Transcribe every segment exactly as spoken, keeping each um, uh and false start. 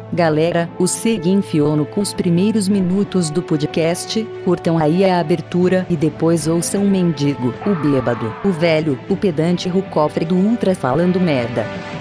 Galera, o Seg enfiou no cu os primeiros minutos do podcast, curtam aí a abertura e depois ouçam o mendigo, o bêbado, o velho, o pedante e o cofre do Ultra falando merda.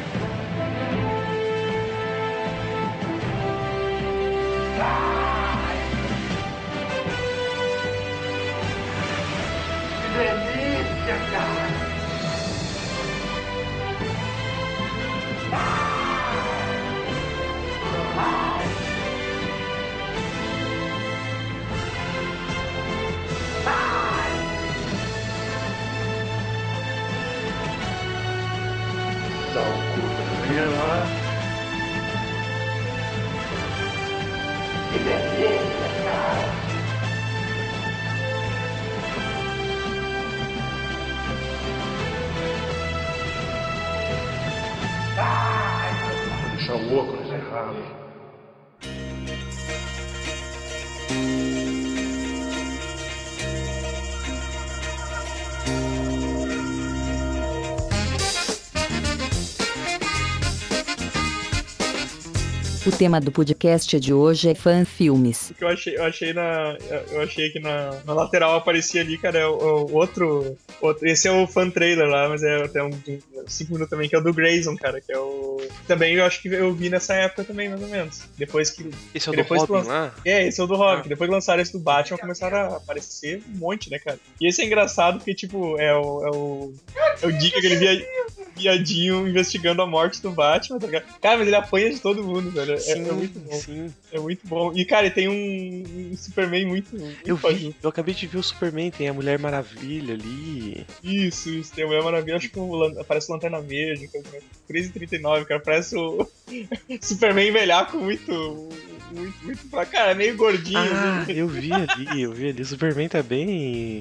O tema do podcast de hoje é fan-filmes. O que eu achei, eu achei na. Eu achei que na, na lateral aparecia ali, cara, é o, o outro, outro. Esse é o fan trailer lá, mas é até um cinco minutos também, que é o do Grayson, cara, que é o. Também eu acho que eu vi nessa época também, mais ou menos. Depois que. Esse é o do Robin lanç... lá? É, esse é o do Robin. Ah. Depois que lançaram esse do Batman, começaram a aparecer um monte, né, cara? E esse é engraçado porque, tipo, é o. É o, é o Dick, aquele via... viadinho investigando a morte do Batman, tá ligado? Cara, mas ele apanha de todo mundo, velho. É, Sim, é muito bom. Sim. É muito bom. E, cara, tem um, um Superman muito, muito Eu vi, fajuto. eu acabei de ver o Superman, tem a Mulher Maravilha ali. Isso, isso. Tem a Mulher Maravilha, acho que o Lan- parece o Lanterna Verde, três e trinta e nove, cara. Parece o Superman velhaco muito, muito, muito pra... Cara, é meio gordinho. Ah, assim. eu vi ali, eu vi ali. O Superman tá bem...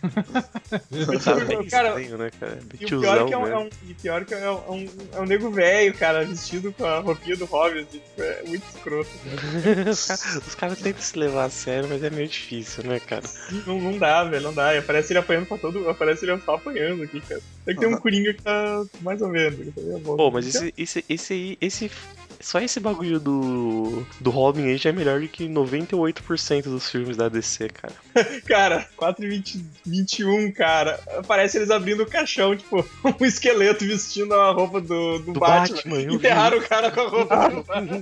tá bem Cara, estranho, né, cara? Bem E o pior é tiozão, que é um, né? é um, e pior que é um, é um, é um nego velho, cara, vestido com a roupinha do Robin, assim, tipo, é muito escroto. Cara. Os caras os caras tentam se levar a sério, mas é meio difícil, né, cara? Não, não dá, velho, não dá. E aparece ele apanhando pra todo. Aparece ele só apanhando aqui, cara. Tem que ter um Coringa que tá mais ou menos. Que também é bom. Pô, mas esse, esse, esse aí, esse... Só esse bagulho do, do Robin aí já é melhor do que noventa e oito por cento dos filmes da D C, cara. Cara, quatro e vinte e um, cara. Parece eles abrindo o caixão, tipo, um esqueleto vestindo a roupa do, do, Do Batman. Batman, eu Enterraram o cara com a roupa do Batman.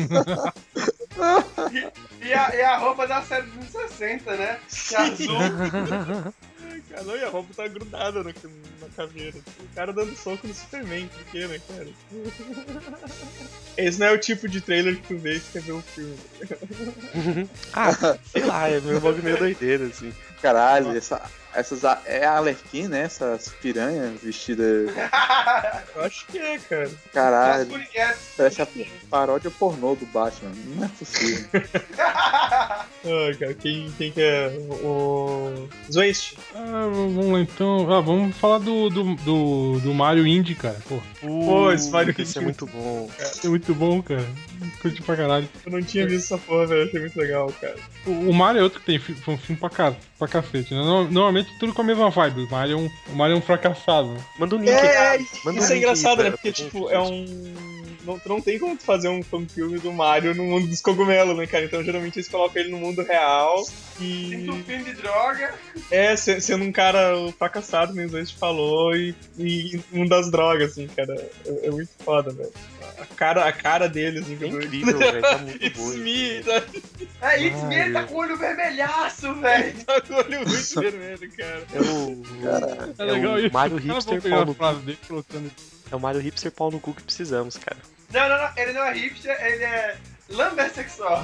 E, e, a, e a roupa da série dos anos sessenta, né? Que é azul. Cara, não, e a roupa tá grudada na, na caveira. O cara dando soco no Superman, por quê, né, cara? Esse não é o tipo de trailer que tu vê e quer ver um filme. Ah, sei lá, é meio bagulho meio doideira, assim. Caralho, essa, essas a- é a Arlequim, né? Essas piranhas vestidas. Eu acho que é, cara. Caralho, As parece a paródia pornô do Batman. Não é possível. Ah, cara, quem, quem que é? O. Zwaist. Ah, vamos lá então. Ah, vamos falar do, do, do, do Mario Indie, cara. Pô, Pô, esse Mario Esse é Indie. muito bom. é muito bom, cara. Curti pra caralho. Eu não tinha visto essa porra, velho. Achei muito legal, cara. O, o Mario é outro que tem fi- foi um filme pra, ca, pra cacete, né? No- Normalmente tudo com a mesma vibe. O Mario é um, o Mario é um fracassado. Manda um link É, aí. Manda um isso é link engraçado, aí né? pra- Porque, pra tipo, gente. é um. Não, tu não tem como tu fazer um filme do Mario no mundo dos cogumelos, né, cara? Então, geralmente, eles colocam ele no mundo real e. Entupindo de droga. É, se- sendo um cara fracassado, mesmo a gente falou, e, e um das drogas, assim, cara. É, é muito foda, velho. A cara, a cara dele, assim, É que eu- incrível, velho. Tá muito It's bom. me, tá É, It's me, ele tá com o olho vermelhaço, velho. tá com o olho muito vermelho, cara. É o. É, É legal o isso. Mario Os caras Hipster vão pegar pau a no cu. frase dele colocando. É o Mario Hipster pau no cu que precisamos, cara. Não, não, não, ele não é hipster, ele é lambersexual.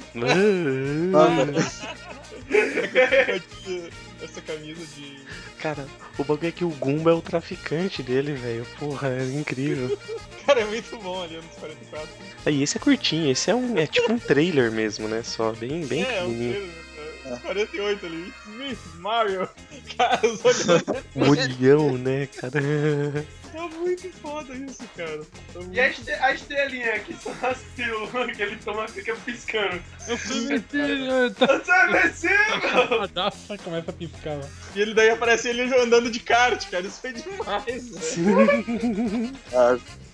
Essa camisa de. Cara, o bagulho é que o Goomba é o traficante dele, velho. Porra, é incrível. Cara, é muito bom ali nos quarenta e quatro. Aí esse é curtinho, esse é um. É tipo um trailer mesmo, né? Só bem, bem É, o pequenininho. trailer, né? Os quarenta e oito ali. It's me, Mario. Cara, os olhos. Molhão, né, cara? Tá muito foda isso, cara. Tá muito... E a, este, a estrelinha, que são as pílulas que ele toma e fica piscando. Eu fui mentir, tá. Você é invencível! A daça começa a piscar lá. E ele daí aparece ele andando de kart, cara. Isso foi demais, velho. Ah,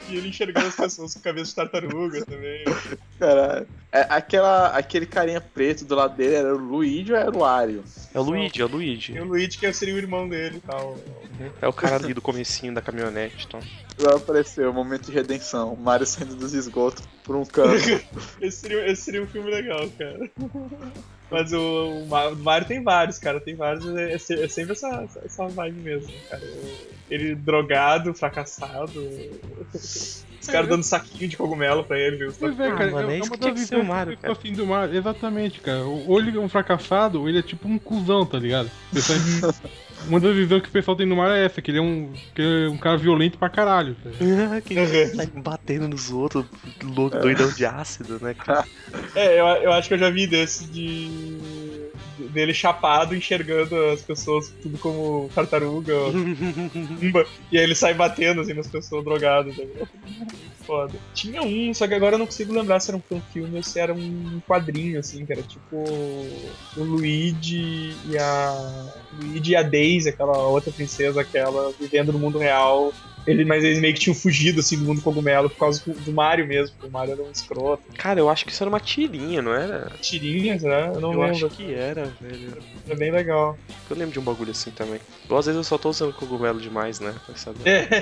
E ele enxergando as pessoas com cabeça de tartaruga também. Caralho. É, aquela, aquele carinha preto do lado dele era o Luigi ou era o Wario? É o Luigi, é o Luigi. E o Luigi que seria o irmão dele e tal. É o cara ali do comecinho da caminhonete, então. Vai aparecer o momento de redenção. O Mario saindo dos esgotos por um cano. esse, seria, esse seria um filme legal, cara. Mas o, o Mario tem vários, cara. Tem vários. É, é sempre essa, essa vibe mesmo, cara. Ele drogado, fracassado. Os caras dando saquinho de cogumelo pra ele, viu? Pois é, cara, Ah, mano, é é, é isso uma que tinha das que ser o ideias Mario, que cara. assim do Mario. Exatamente, cara. Ou ele é um fracassado, ou ele é tipo um cuzão, tá ligado? Pessoal- Uma das visões que o pessoal tem do Mario é essa, que ele é um, que ele é um cara violento pra caralho. Tá? que ele sai batendo nos outros, louco, doidão de ácido, né, cara? É, eu, eu acho que eu já vi desse de. dele chapado, enxergando as pessoas tudo como tartaruga, umba, e aí ele sai batendo assim nas pessoas drogadas. Tá ligado? Foda. Tinha um, só que agora eu não consigo lembrar se era um filme ou se era um quadrinho, assim, que era tipo o Luigi e a. Luigi e a Daisy, aquela outra princesa, aquela, vivendo no mundo real. Ele, mas eles meio que tinham fugido assim do mundo cogumelo por causa do Mario mesmo, porque o Mario era um escroto. Cara, eu acho que isso era uma tirinha, não era? Tirinhas, né? Eu não eu lembro. acho que era, velho. Era bem legal. Eu lembro de um bagulho assim também. Ou às vezes eu só tô usando cogumelo demais, né? Vai saber.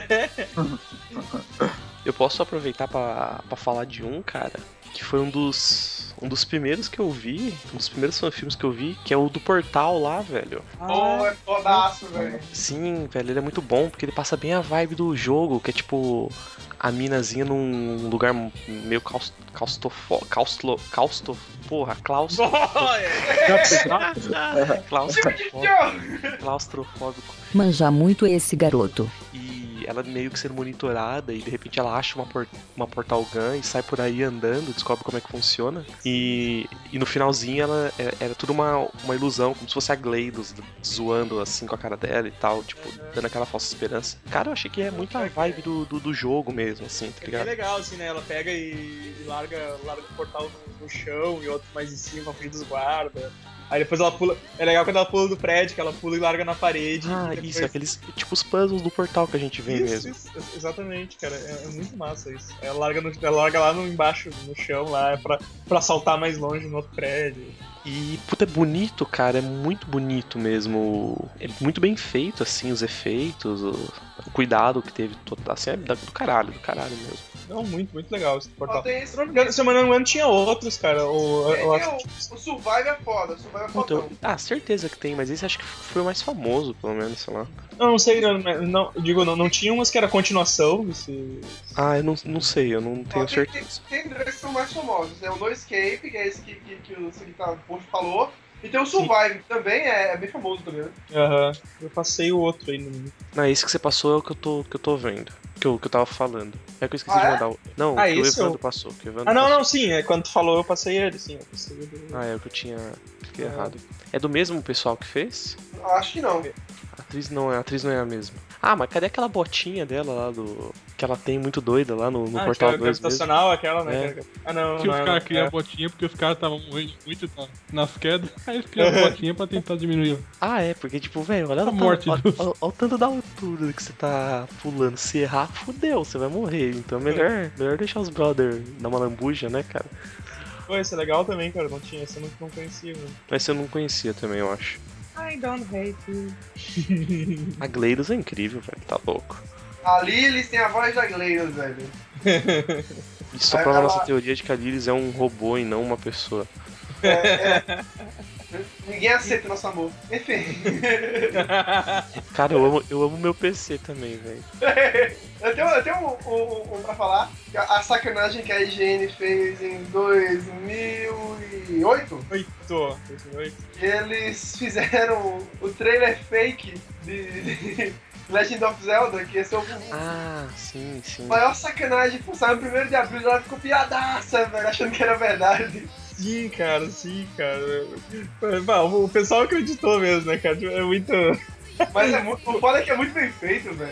Eu posso aproveitar pra, pra falar de um, cara, que foi um dos. Um dos primeiros que eu vi, um dos primeiros filmes que eu vi, que é o do Portal lá, velho. Pô, é fodaço, velho. Sim, velho, ele é muito bom, porque ele passa bem a vibe do jogo, que é tipo a minazinha num lugar meio caus, caustofo, caustlo, causto, porra, claustro, claustrofóbico, claustrofóbico. Manja muito esse garoto. E ela meio que sendo monitorada e de repente ela acha uma, por, uma portal gun e sai por aí andando, descobre como é que funciona. E, e no finalzinho ela era, era tudo uma, uma ilusão, como se fosse a Gleidos zoando assim com a cara dela e tal, tipo, dando aquela falsa esperança. Cara, eu achei que é muito a vibe do, do, do jogo mesmo, assim, tá É bem ligado? legal, assim, né? Ela pega e, e larga, larga o portal no, no chão e outro mais em cima pra fugir dos guardas. Aí depois ela pula. É legal quando ela pula do prédio, que ela pula e larga na parede. Ah, e depois... isso, aqueles, tipo os puzzles do portal que a gente vê Isso, mesmo. isso, exatamente, cara. É, é muito massa isso. Ela larga, no, ela larga lá no, embaixo, no chão, lá, pra, pra saltar mais longe no outro prédio. E, puta, é bonito, cara, é muito bonito mesmo. É muito bem feito, assim, os efeitos, o, o cuidado que teve, todo, assim, é do caralho, do caralho mesmo. Não, muito, muito legal esse portal. Ó, tem esse- Se não me engano, se eu não me engano, tinha outros, cara. O, Tem- eu tem acho o, que- o Survive é foda, o Survive é Puta, fodão. eu- ah, certeza que tem, mas esse acho que foi o mais famoso, pelo menos, sei lá. Não, não sei, não, não, eu digo, não, não tinha umas que era continuação desse. Ah, eu não, não sei, eu não tenho Ó, tem, certeza. tem, tem dois que são mais famosos. É o No Escape, que é esse que, que, que o Seguitar Post falou. E tem o Survive, que também é, é bem famoso também, né? Aham. Eu passei o outro aí no. Não, esse que você passou é o que eu tô, que eu tô vendo. Que eu, que eu tava falando. É que eu esqueci Ah, de é? mandar o. Não, Ah, o que o esse Evandro eu- passou. Que o Evandro Ah, não, passou. não, sim. É, quando tu falou, eu passei ele, sim. Eu passei ele. Ah, é o que eu tinha. Fiquei É. errado. É do mesmo pessoal que fez? Acho que não. A atriz não é, a atriz não é a mesma. Ah, mas cadê aquela botinha dela lá do. Que ela tem muito doida lá no, no ah, Portal que é dois mesmo? gravitacional, aquela, né? É. que é- Ah, não, Que não. os é- caras criam é. a botinha porque os caras estavam morrendo muito na- nas quedas. Aí eles criam a botinha pra tentar diminuir. Ah, é, porque tipo, velho, olha, A o morte olha, dos- olha- olha o tanto da altura que você tá pulando. Se errar, fudeu, você vai morrer. Então é melhor, melhor deixar os brother dar uma lambuja, né, cara? Pô, esse é legal também, cara. Não tinha, esse eu não, não conhecia, mano. Mas eu não conhecia também, eu acho. I don't hate you. A Gleidos é incrível, velho, tá louco. Ali eles têm a voz da Gleidos, velho. Isso só É, prova a ela- nossa teoria de que a Lilis é um robô e não uma pessoa. É, é. Ninguém aceita o nosso amor. Enfim. Cara, eu amo, eu amo meu P C também, velho. eu tenho, eu tenho um, um, um pra falar. A, a sacanagem que a I G N fez em dois mil e oito. Oito. Oito. Eles fizeram o trailer fake de, de Legend of Zelda, que esse é o Ah, sim, sim. maior sacanagem. Pô, saiu no primeiro de abril, ela ficou piadaça, velho, achando que era verdade. Sim, cara, sim, cara. Bah, o pessoal acreditou mesmo, né, cara? É muito. Mas é muito, o foda é que é muito bem feito, velho.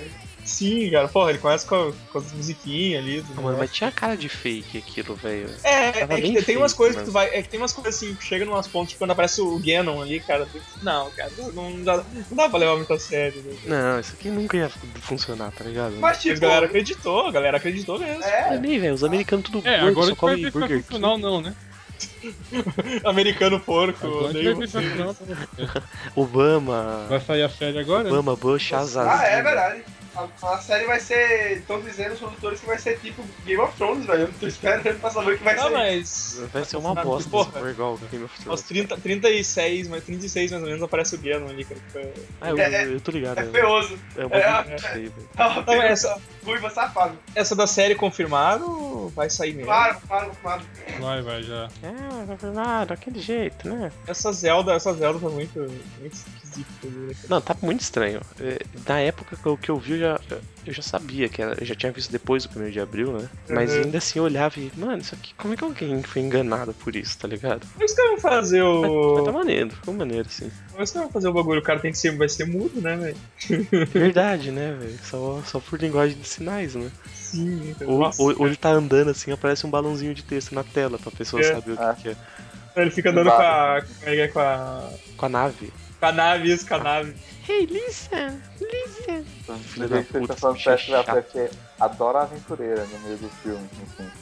Sim, cara, porra, ele começa com, com as musiquinhas ali. Ah, mano, mas tinha cara de fake aquilo, velho. É, Tava é bem que tem umas feito, coisas mano. que tu vai. É que tem umas coisas assim, que chega numas pontos, tipo, quando aparece o Ganon ali, cara. tu- Não, cara, não dá, não dá pra levar muito a sério, né? Não, isso aqui nunca ia funcionar, tá ligado? Mas Mas a tipo, galera acreditou, a galera acreditou mesmo. é, Também, velho, os americanos tudo É, gordo, agora a só gente vai comem ver se vai Burger funcionar ou King. não, né? Americano porco, Agora a gente vai odeio. ver se vai funcionar ou não. Obama, Vai sair a série agora? né? Obama, Bush, Azar. ah, é verdade. A, a série vai ser. Estão dizendo os produtores que vai ser tipo Game of Thrones, velho. Eu tô esperando pra saber o que vai Não, ser. mas. Vai ser uma bosta, Porra. se for igual Game of Aos Thrones. trinta, trinta e seis, mas trinta e seis mais ou menos aparece o Ganon ali, cara. Foi- Ah, eu, É- eu, eu tô ligado. É É, feioso. é uma É, é, feio, velho. Tá uma Não, mas peruca essa, ruiva safado. essa da série confirmado vai sair mesmo. Claro, claro, claro. Vai, vai, já. É, vai ver nada, daquele jeito, né? Essa Zelda, essa Zelda tá muito, muito esquisita. né, cara? Não, tá muito estranho. É, Na época que eu, que eu vi, eu já, eu já sabia que era, eu já tinha visto depois do primeiro de abril, né? Mas Uhum. ainda assim eu olhava e, mano, isso aqui, como é que alguém foi enganado por isso, tá ligado? Como é que os caras vão fazer Mas, mas tá o. maneiro, ficou maneiro, assim. Como é que os caras vão fazer o bagulho? O cara tem que ser, vai ser mudo, né, velho? Verdade, né, velho? Só, só por linguagem de sinais, né? Sim, cara. Ou, Nossa, ou, ou ele tá andando assim, aparece um balãozinho de texto na tela pra pessoa É. saber o que, Ah. que é. ele fica andando com a. Como é que é? Com a. Com a nave. Com a nave, isso, com a nave. Hey, listen, listen. Então, Filho do da jeito que você puta, tá falando esse bicho é certo, vai chato. aparecer Adora a Aventureira no meio do filme, enfim.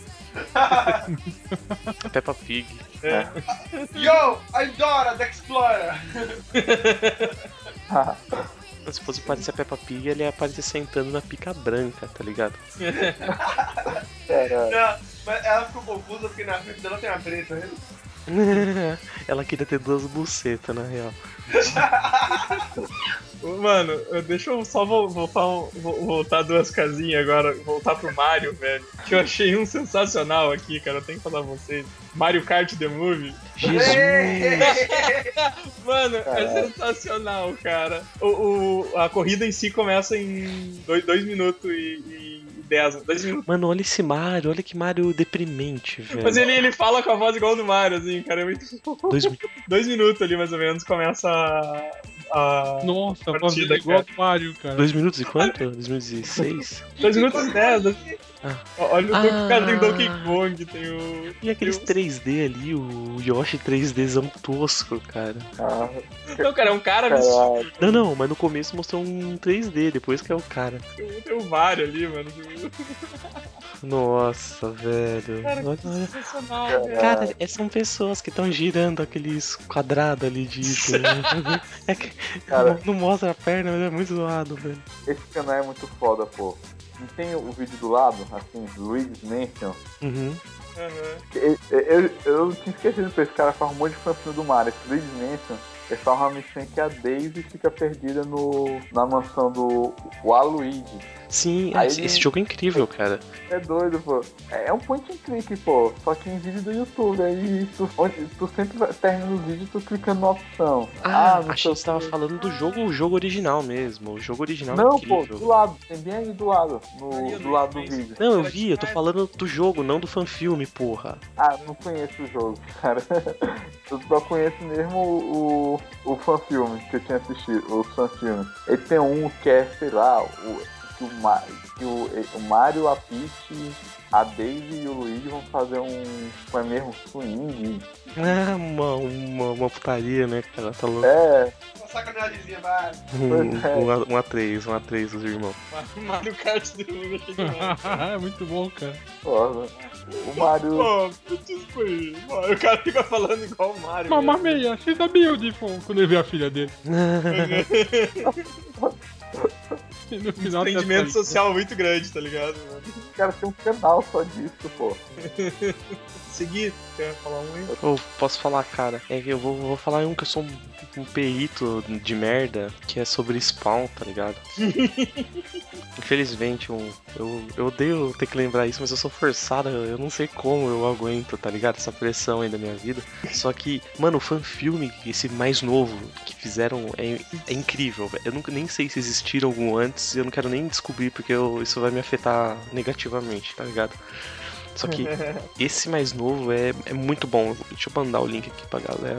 Peppa Pig. É. Yo, I'm Dora, the Explorer. Se fosse parecer a Peppa Pig, ele ia aparecer sentando na pica branca, tá ligado? Era, Não, mas ela ficou confusa porque na frente dela tem uma preta, né? Ela queria ter duas bucetas, na real. Mano, eu- deixa eu só vo- voltar, um- vo- voltar duas casinhas agora, voltar pro Mario, velho. Que eu achei um sensacional aqui, cara. Eu tenho que falar pra vocês. Mario Kart The Movie. Jesus! Mano, é Caralho. sensacional, cara. O, o- a corrida em si começa em dois, dois minutos e, e dez. Dois minutos. Mano, olha esse Mario, olha que Mario deprimente, velho. Mas ele, ele fala com a voz igual do Mario, assim, cara. É muito... Dois mi- Dois minutos ali, mais ou menos, começa a. a- Nossa, a voz Partida, dele é igual cara. do Mario, cara. Dois minutos e quanto? dois mil e dezesseis? Dois minutos e dez. Assim. Ah. Olha o Ah. cara, tem Donkey Kong, tem o. E aqueles tem o- três D ali, o Yoshi três Dzão tosco, cara. ah, Não, cara, é um cara vestido. caralho. Não, não, mas no começo mostrou um três D, depois que é o cara. Tem o Mario ali, mano. Nossa, velho. Cara, Olha- que olha- sensacional, Cara, velho. Cara, é- são pessoas que estão girando aqueles quadrados ali de item. né? É que Cara. não, não mostra a perna, mas é muito zoado, velho. Esse canal é muito foda, pô. Não tem o vídeo do lado, assim, Luigi's Mansion? Uhum. Aham. Eu, eu, eu tinha esquecido, pô, esse cara faz um monte de fanfic do Mario. Esse Luigi's Mansion, ele faz uma missão em que a Daisy fica perdida no, na mansão do Waluigi. Sim, Aí esse, ele- esse jogo é incrível, cara. É doido, pô. É um point and click, pô. Só que em vídeo do YouTube. Aí tu, onde, tu sempre vai- termina o vídeo tu clicando na opção. Ah, não achei sei que você tava o quê. falando do jogo, o jogo original mesmo. O jogo original é Não, pô, incrível. do lado. Tem bem aí do lado. No, Ali, do lado do Luigi's vídeo. Não, eu vi, eu tô falando do jogo, não do fanfilme, porra. Ah, não conheço o jogo, cara. Eu só conheço mesmo o, o, o fanfilme que eu tinha assistido, o fanfilme. Ele tem um que é, sei lá, o, que, o, Ma- que o, o Mario, a Peach, a Daisy e o Luigi vão fazer um, é mesmo, swing. Ah, uma, uma, uma putaria, né, cara? Tá louco. É, Uma sacanagemzinha, vai. Um, Pois é. um, A- um A três, um A três dos irmãos. Mario Kart The Movie, achei demais. É muito bom, cara. foda. O Mario... Pô, desculpe. Mano, o cara fica falando igual o Mario. Mamma mesmo. mia, she's a beautiful. Quando ele vê a filha dele. E no Um final tem Empreendimento essa- social muito grande, tá ligado, mano? O cara tem um canal só disso, pô. Seguir, quer falar um aí? Eu posso falar, cara. É que eu vou, vou falar um que eu sou um, um perito de merda, que é sobre Spawn, tá ligado? Infelizmente, um, eu, eu odeio ter que lembrar isso, mas eu sou forçado, eu eu não sei como eu aguento, tá ligado? Essa pressão aí da minha vida. Só que, mano, o fanfilme, esse mais novo que fizeram é, é incrível, velho. Eu nunca nem sei se existiram algum antes, e eu não quero nem descobrir, porque eu- isso vai me afetar negativamente, tá ligado? Só que esse mais novo é, é muito bom. Deixa eu mandar o link aqui pra galera.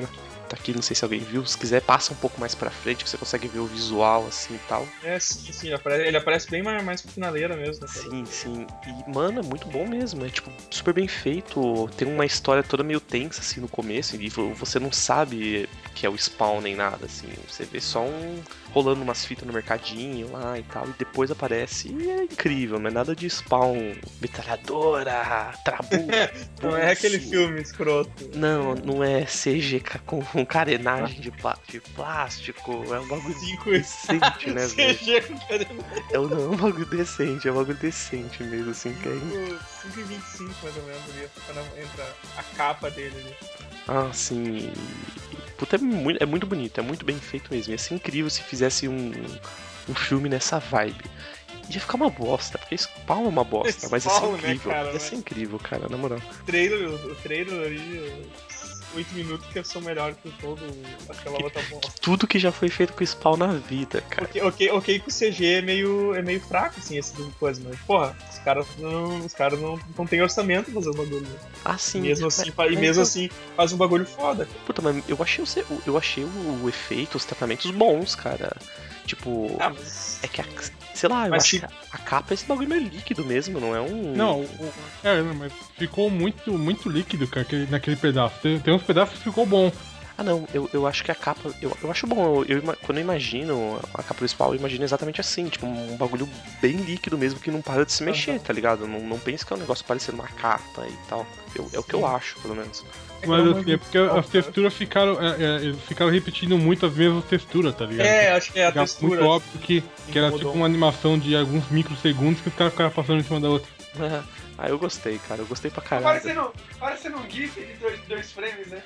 tá aqui, não sei se alguém viu. Se quiser, passa um pouco mais pra frente, que você consegue ver o visual assim e tal. É, sim, sim, ele aparece, ele aparece bem mais, mais finaleira mesmo. Né, sim, sim. E, mano, é muito bom mesmo. É, tipo, super bem feito. Tem uma história toda meio tensa, assim, no começo. E você não sabe que é o Spawn nem nada, assim. Você vê só um... rolando umas fitas no mercadinho lá e tal. E depois aparece. E é incrível, não é nada de Spawn. Metralhadora, trabu. Não é aquele filme escroto. Não, não é C G com, com carenagem de, plá, de plástico. É um bagulho Cinco... decente, né, velho? C G com carenagem. É um, não, é um bagulho decente, é um bagulho decente mesmo, assim. Que é... cinco e vinte e cinco mais ou menos ali, quando entra a capa dele ali. Ah, sim. Puta, é muito, é muito bonito, é muito bem feito mesmo. Ia ser incrível se fizesse um, um filme nessa vibe. Ia ficar uma bosta, porque Spawn é uma bosta, mas ia ser incrível. Né, cara, ia ser mas... incrível, cara, na moral. O trailer, o trailer ali, oito minutos que são melhores que todo aquela outra bosta. Tudo que já foi feito com Spawn na vida, cara. Ok, ok, ok que o C G é meio, é meio fraco, assim, esse tipo de coisa, mas, porra, os caras não, os caras não, não tem orçamento pra fazer um bagulho. Ah, sim. Mesmo assim, mas, e mesmo assim, faz um bagulho foda. Puta, mas eu achei o, eu achei o efeito, os tratamentos bons, cara. Tipo, ah, mas... é que a, sei lá, eu mas acho se... que a capa é esse bagulho meio líquido mesmo, não é um... Não, o, é, mas ficou muito, muito líquido, cara, naquele pedaço. Tem, tem uns pedaços que ficou bom. Ah, não, eu, eu acho que a capa, eu, eu acho bom, eu, eu, quando eu imagino a capa do Spawn, eu imagino exatamente assim, tipo, um bagulho bem líquido mesmo, que não para de se mexer, uhum. tá ligado? Não, não pense que é um negócio parecendo uma capa e tal, eu, é o que eu acho, pelo menos. Mas assim, é porque as texturas ficaram, é, é, eles ficaram repetindo muito as mesmas texturas, tá ligado? É, acho que é a Fica textura. Muito óbvio que, que era tipo uma animação de alguns microsegundos que os caras ficaram passando em cima da outra. Ah, eu gostei, cara, eu gostei pra caralho. Parecendo, parecendo um GIF de dois, dois frames, né?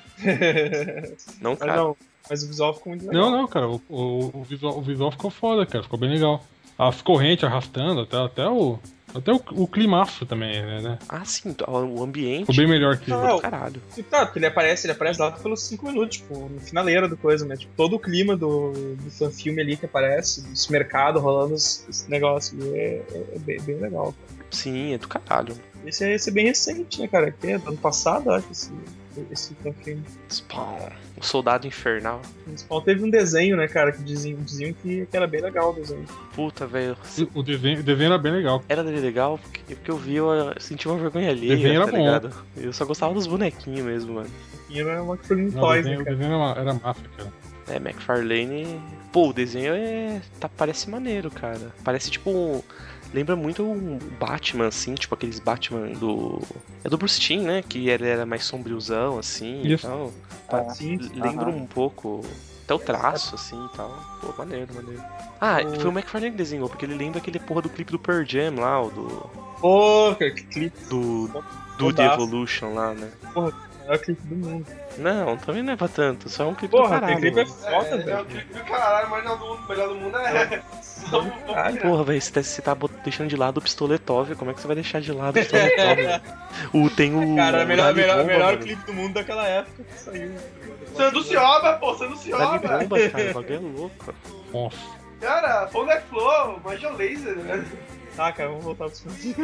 Não, cara. Mas, não, mas o visual ficou muito legal. Não, não, cara, o, o, o, visual, o visual ficou foda, cara, ficou bem legal. As correntes arrastando, até, até o... Até o, o climaço também, né? Ah, sim, o ambiente. Ficou bem melhor que não, isso. Caralho. Tá, porque ele aparece, ele aparece lá pelos cinco minutos, tipo, no finaleira do coisa, né? Tipo, todo o clima do, do fanfilme ali que aparece, esse mercado rolando esse, esse negócio ali, é, é, é bem, bem legal, cara. Sim, é do caralho. Esse é, esse é bem recente, né, cara? Que é do ano passado, acho, esse, esse fanfilme. Spawn, o Soldado Infernal. O Spawn teve um desenho, né, cara, que diziam, diziam que, que era bem legal o desenho. Puta, velho. O desenho, o desenho era bem legal. Era bem legal, porque, porque eu vi, eu senti uma vergonha alheia, o desenho era tá bom. ligado? Eu só gostava dos bonequinhos mesmo, mano. E era uma Killing Não, Toys, o desenho, né, cara? o desenho era, era massa, cara. É, McFarlane... Pô, o desenho é... Tá, parece maneiro, cara. Parece tipo um... Lembra muito um Batman, assim, tipo aqueles Batman do... É do Bruce Timm, né? Que ele era mais sombriozão, assim, Isso. e tal. Ah, sim, Lembra aham. um pouco... Até o traço, assim, e tal. Pô, maneiro, maneiro. Ah, O- foi o McFarlane que desenhou, porque ele lembra aquele porra do clipe do Pearl Jam lá, o do... Pô, cara, que clipe. Do... Do The Fodaço. Evolution lá, né? Porra, o melhor clipe do mundo. Não, também não é pra tanto, só é um clipe Porra, do caralho. aquele clipe é mano. foda, É, é o velho. clipe do caralho, mas não do mundo, o melhor do mundo é. Só um Caralho. Porra, velho, você tá, você tá bot- deixando de lado o Pistoletov, como é que você vai deixar de lado o Pistoletov? o, tem o... Cara, o melhor, Dali melhor, Bomba, melhor mano. clipe do mundo daquela época que saiu. Sandu Cioba, pô, Sandu Dali Cioba. Bomba, cara, o bagulho é louco. Nossa. Cara, Fogo Flow, Major Laser, né? Tá, cara, vamos voltar pros filmes.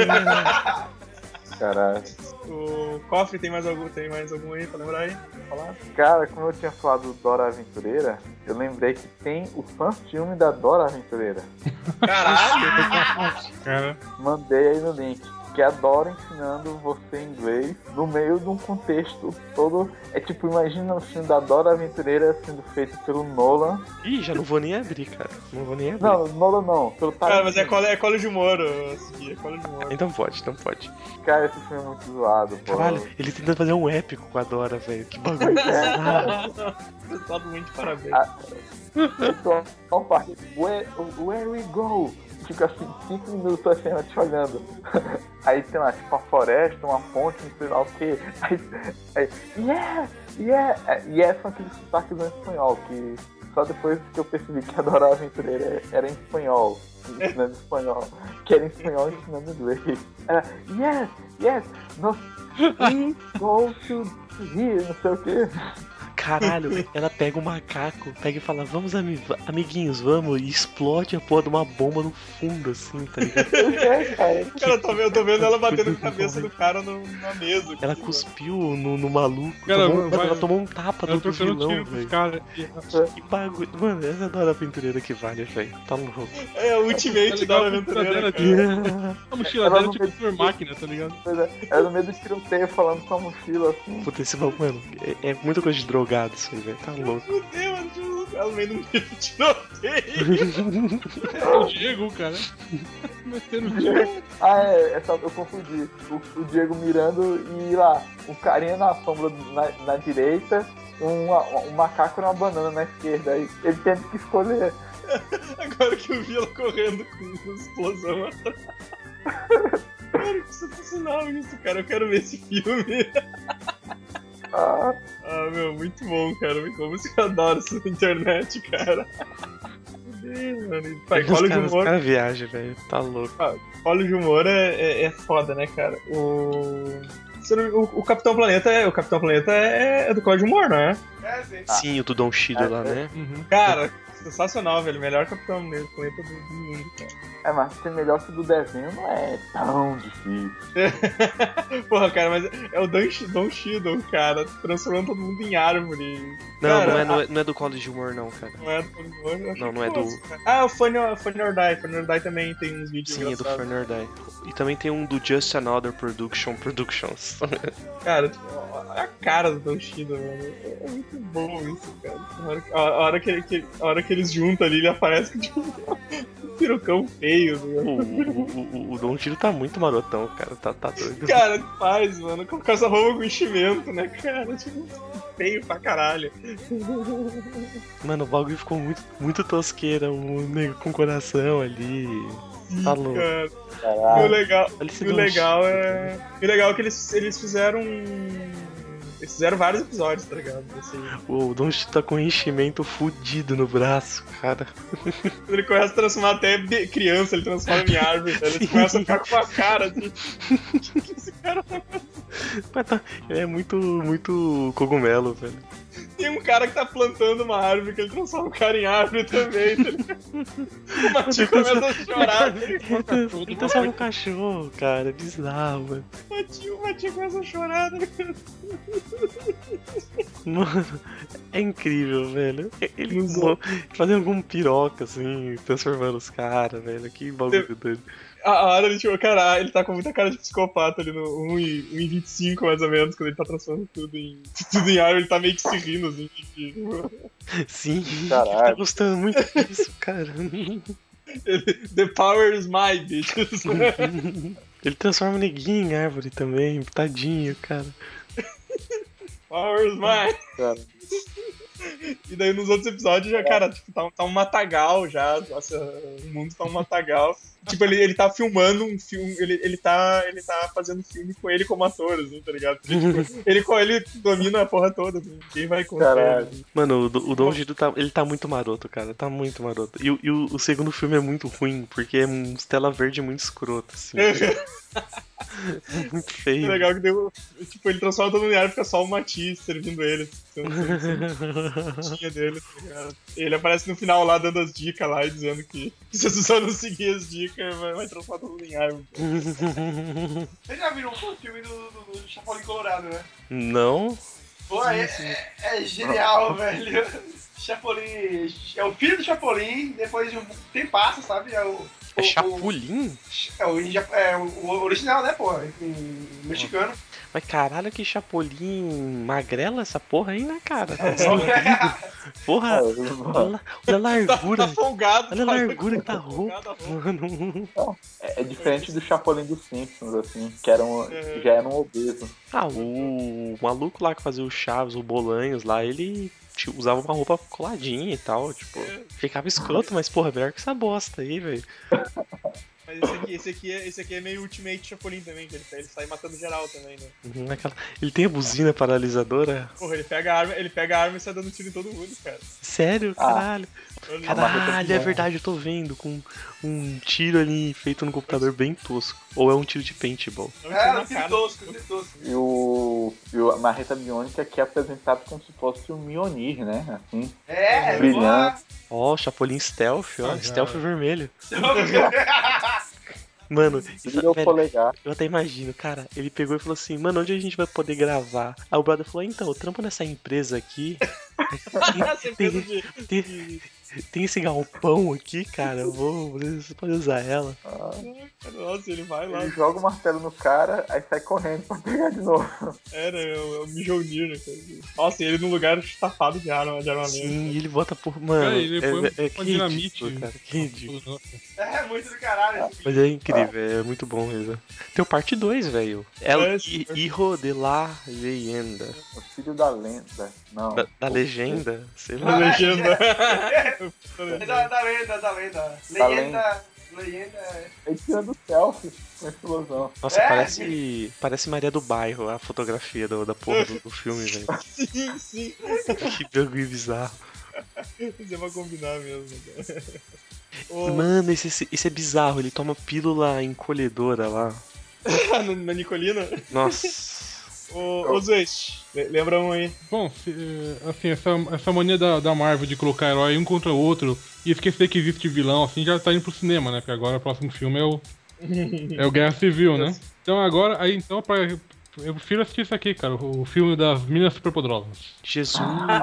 Caralho. O Cofre tem mais algum, tem mais algum aí pra lembrar aí? Pra falar? Cara, como eu tinha falado do Dora Aventureira, eu lembrei que tem o fã-filme da Dora Aventureira. Caralho! Cara, Mandei aí no link. Que é a Dora ensinando você inglês no meio de um contexto todo. É tipo, imagina o filme da Dora Aventureira sendo feito pelo Nolan. Ih, já não vou nem abrir, cara. Não vou nem abrir. Não, Nolan não, pelo Cara, mas é Tarantino. Cole, é Cole de Moro, Segui, é Cole de Moro. Então pode, então pode. Cara, esse filme é muito zoado, pô. Caralho, ele tentando fazer um épico com a Dora, velho. Que bagulho bizarro. Tá muito de parabéns. Ah, Então, a parte, where, where we go? Fica assim, cinco minutos assim, ela te olhando. Aí tem lá, tipo, a floresta, uma ponte, não sei lá o que. Aí, aí, yeah, yeah. E yeah, são aqueles sotaques em espanhol, que só depois que eu percebi que a Dora Aventureira era em espanhol, ensinando espanhol, que era em espanhol ensinando inglês. Era, yes, yes, no, we go to here, não sei o que. Caralho, ela pega o macaco, pega e fala, vamos ami amiguinhos, vamos, e explode a porra de uma bomba no fundo, assim, tá ligado? Cara, eu tô vendo, eu tô vendo ela batendo a cabeça do cara no, na mesa. Ela cuspiu no, no maluco, Cara, tomou, vai- ela tomou um tapa Ela do, do trocando vilão, tiro pros velho. caras. Que bagulho. Mano, essa é da hora aventureira que vale, velho. Tá louco. É o ultimate da aventureira, cara. A mochila Ela dela é não tipo fez- super máquina, tá ligado? Pois é, ela no meio do tiroteio falando com a mochila assim. Puta, esse bagulho, mano, é, é muita coisa de drogado isso aí, velho. Tá louco. Fudeu, mano, tipo, ela no meio de um tiroteio. É o Diego, cara. Metendo o Diego. Ah, é, é só, eu confundi. O, o Diego mirando e lá, um carinha na sombra na, na direita, um, um macaco e uma banana na esquerda. Aí ele teve que escolher. Agora que eu vi ela correndo com uma explosão atrás. Cara, que sensacional isso, cara. Eu quero ver esse filme. Ah, Ah, meu, muito bom, cara. Como você adora isso na internet, cara. Meu Deus, mano. Pai, Os College caras Humor, cara viajam, velho. Tá louco. College Humor é, é, é foda, né, cara? O... se não- O, o Capitão Planeta é. O Capitão Planeta é, é do College Humor, não é? É, sim. Sim, o do Don Shido lá, né? Uhum. Cara, sensacional, velho. Melhor Capitão Planeta do, do mundo, cara. é, mas ser melhor que o do desenho não é tão difícil. Porra, cara, mas é o Don, Sh- Don Shido, cara, transformando todo mundo em árvore. Não, Cara, não, é, não, é, não é do College Humor, não, cara. Não é do College Humor? Eu achei Não, não que é do- fosse, cara. Ah, o Funny, or- Funny or Die. Funny or Die também tem uns vídeos Sim, é do engraçados. Fernand Die. E também tem um do Just Another Production Productions. Cara, olha a cara do Don Shido, mano. É muito bom isso, cara. A hora, a hora que, que- a hora que eles juntam ali, ele aparece com tipo, um pirocão feio. o, Né? o, o, o Don Shido tá muito marotão, cara. Tá, tá doido. Cara, faz, mano. Com essa roupa com enchimento, né, cara? Tipo, feio pra caralho. Mano, o bagulho ficou muito, muito tosqueira. O nego com coração ali. Tá louco. Cara, e o Caralho. legal, Olha esse e o Don legal Shido. é. E o legal é que eles, eles fizeram. Eles fizeram vários episódios, tá ligado? Assim, O Don Shido tá com enchimento fudido no braço, cara. ele começa a transformar até de- criança, ele transforma em árvore, tá? Ele começa a ficar com a cara assim. O que que esse cara Mas tá, ele é muito, muito cogumelo, velho. Tem um cara que tá plantando uma árvore que ele transforma o cara em árvore também, tá ligado? O Matinho começa a chorar, Ele tá- ele tá só um cachorro, cara. É bizarro, mano. o Matinho, o Matinho começa a chorar, tá ligado? Mano, é incrível, velho. Ele Nos mo- fazendo algum piroca, assim, transformando os caras, velho. Que bagulho doido. A a hora ele, tipo, cara, ele tá com muita cara de psicopata ali no um e vinte e cinco mais ou menos, quando ele tá transformando tudo em, tudo em árvore, ele tá meio que se rindo, assim. Tipo, Sim, Caralho. ele tá gostando muito disso, cara. ele, the power is my bitches. Ele transforma o neguinho em árvore também, tadinho, cara. Power is mine. Cara. E daí nos outros episódios já, cara, tipo, tá, um- tá um matagal já. Nossa, o mundo tá um matagal. Tipo, ele, ele tá filmando um filme, ele, ele, tá, ele tá fazendo filme com ele como ator, assim, tá ligado? Porque, tipo, ele, co- ele domina a porra toda, assim, quem vai contra Caralho. ele? Mano, o, Do- o Don Gido tá, ele tá muito maroto, cara. Tá muito maroto. E, o- e o, o segundo filme é muito ruim, porque é um tela verde muito escroto, assim. É muito É feio. legal que deu. Tipo, ele transforma todo mundo em árvore e fica só o Matias servindo ele. Então, assim, tinha dele, tá ligado? Ele aparece no final lá dando as dicas lá e dizendo que se você só não seguir as dicas, vai, vai transformar todo mundo em árvore. Vocês já viram o filme do, do, do Chapolin Colorado, né? Não? Pô, é, é, é genial, velho. Chapolin. É o filho do Chapolin, depois de um tempo passa, sabe? É o. É o- Chapolin? o- É o, índia- é o- o original, né, pô? Em mexicano. Mas caralho, que Chapolin magrela essa porra aí, né, cara? Só que- Porra, Ah, olha, olha a largura. Tá folgado, Olha a cara. largura que tá folgado, roupa, roupa. mano. É, é diferente do Chapolin dos Simpsons, assim, que era um, É. já era um obeso. Ah, o maluco lá que fazia o Chaves, o Bolanhos lá, ele tipo, usava uma roupa coladinha e tal, tipo, ficava escroto, mas porra, melhor que essa bosta aí, velho. Mas esse aqui, esse, aqui é, esse aqui é meio Ultimate Chapolin também, que ele, ele sai matando geral também, né? Uhum, aquela- Ele tem a buzina paralisadora? Porra, ele pega a arma, ele pega a arma e sai dando tiro em todo mundo, cara. Sério? Ah. Caralho. Olha, Caralho, é verdade, eu tô vendo com um tiro ali feito no computador bem tosco. Ou é um tiro de paintball. é um tiro É, na um tiro cara. tosco, um tiro tosco. E o. E o o Marreta Biônica aqui é apresentado como se fosse um Mjolnir, né? Assim, É, brilhante. Ó, o Chapolin Stealth, ó, Ah, já. Stealth vermelho. boa. Mano, Brilha o velho, polegar. eu até imagino, cara, ele pegou e falou assim, mano, onde a gente vai poder gravar? Aí o brother falou, então, eu trampo nessa empresa aqui, Essa empresa de, tem, tem esse galpão aqui, cara, eu vou, você pode usar ela. Ah, Nossa, ele vai lá. ele joga o martelo no cara, aí sai correndo pra pegar de novo. É, né? É o, é o Mjolnir, né, cara? Nossa, e ele num lugar estafado de arma, de armamento. Sim, e ele bota por, mano, Cara, ele põe é, é, que uma dinamite. ridículo, cara, que ridículo. Nossa. É muito do caralho. esse Mas é incrível, é muito bom mesmo. Tem o parte dois, velho. El É, Hi- Hijo de la Leyenda. O filho da lenda. Não. Da, da legenda, sei A lá. legenda. É da, da lenda, da lenda. Da Leyenda. Leyenda. é- Ele tira do selfie com explosão. Nossa, É, parece, parece Maria do Bairro, a fotografia do, da porra do, do filme, velho. Sim, sim. Que bagulho bizarro. Isso é pra combinar mesmo, cara. Ô, Mano, esse, esse, esse é bizarro, ele toma pílula encolhedora lá. na, na Nicolina. Nossa. Ô, ô Zeist, le- lembra um aí. Bom, se, eh, assim, essa, essa mania da, da Marvel de colocar herói um contra o outro e esquecer que existe vilão, assim, já tá indo pro cinema, né? Porque agora o próximo filme é o, é o Guerra Civil, né? Então agora, aí então, pra, eu prefiro assistir isso aqui, cara, o, o filme das Minas Superpoderosas. Jesus.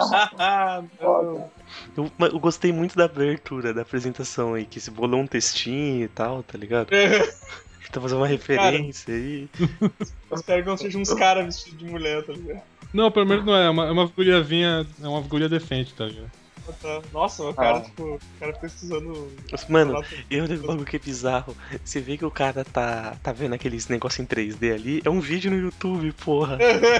Ah, não. Eu, mas eu gostei muito da abertura, da apresentação aí, que se bolou um textinho e tal, tá ligado? Tá fazendo uma referência aí. Eu espero que não sejam uns caras vestidos de mulher, tá ligado? Não, pelo menos não é, é uma, é uma guriazinha, é uma guria decente, tá ligado? Ah, tá. Nossa, o cara, Ah. tipo, o cara pesquisando. Mano, eu o bagulho que é bizarro. Você vê que o cara tá, tá vendo aqueles negócios em três D ali, é um vídeo no YouTube, porra.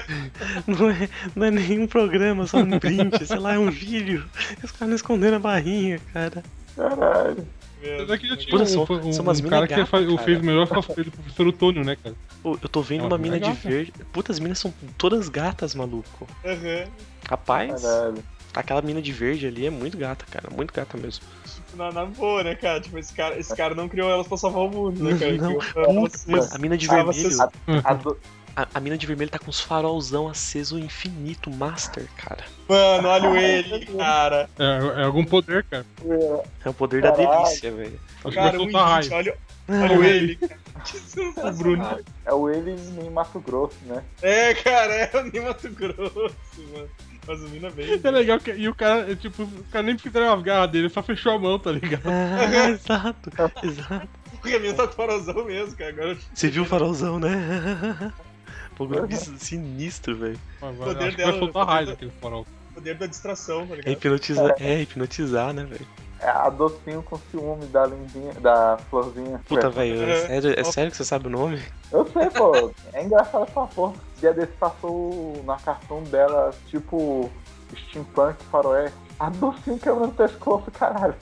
Não é, não é nenhum programa, só um print, sei lá, é um vídeo. Os caras não escondendo a barrinha, cara. Caralho. Mas aqui já tinha Puta, um, são- um, são umas um mina cara que gata, faz- cara. fez o melhor cosplay do professor Otônio, né, cara? Pô, eu tô vendo É uma uma mina mina de gata. verde. Puta, as minas são todas gatas, maluco. Aham. Rapaz, Caralho. aquela mina de verde ali é muito gata, cara. Muito gata mesmo. Tipo, na, na boa, né, cara? Tipo, esse cara, esse cara não criou elas pra salvar o mundo, né, cara? Não, Criou pra elas- Mano, a mina de Ah, vermelho. vocês- A do- A, a mina de vermelho tá com os farolzão aceso infinito, master, cara. Mano, olha ele, cara. É, é algum poder, cara. É o poder da Caralho. delícia, velho. Acho que Cara, vai o soltar It, raio. olha, olha ele, cara. Que sensacional. O Bruno. É o ele em Mato Grosso, né? É, cara, é o Ney Mato Grosso, mano. Mas o mina bem. É legal que e o cara, é, tipo, o cara nem fizeram as garras dele, só fechou a mão, tá ligado? Ah, exato, exato. Porque a mina tá farolzão mesmo, cara. Agora Você viu o farolzão, né? Pô, sinistro, velho. Vai, vai, poder acho que vai dela- soltar poder raio da- daquele farol. o poder da distração, tá É ligado? hipnotizar, é, hipnotizar, né, velho? É a docinho com ciúme da lindinha, da florzinha. Puta, velho, é É. sério, é sério que você sabe o nome? Eu sei, pô. É engraçado essa porra. Dia desse passou na cartão dela, tipo, steampunk faroeste. A docinho quebrando o pescoço, caralho.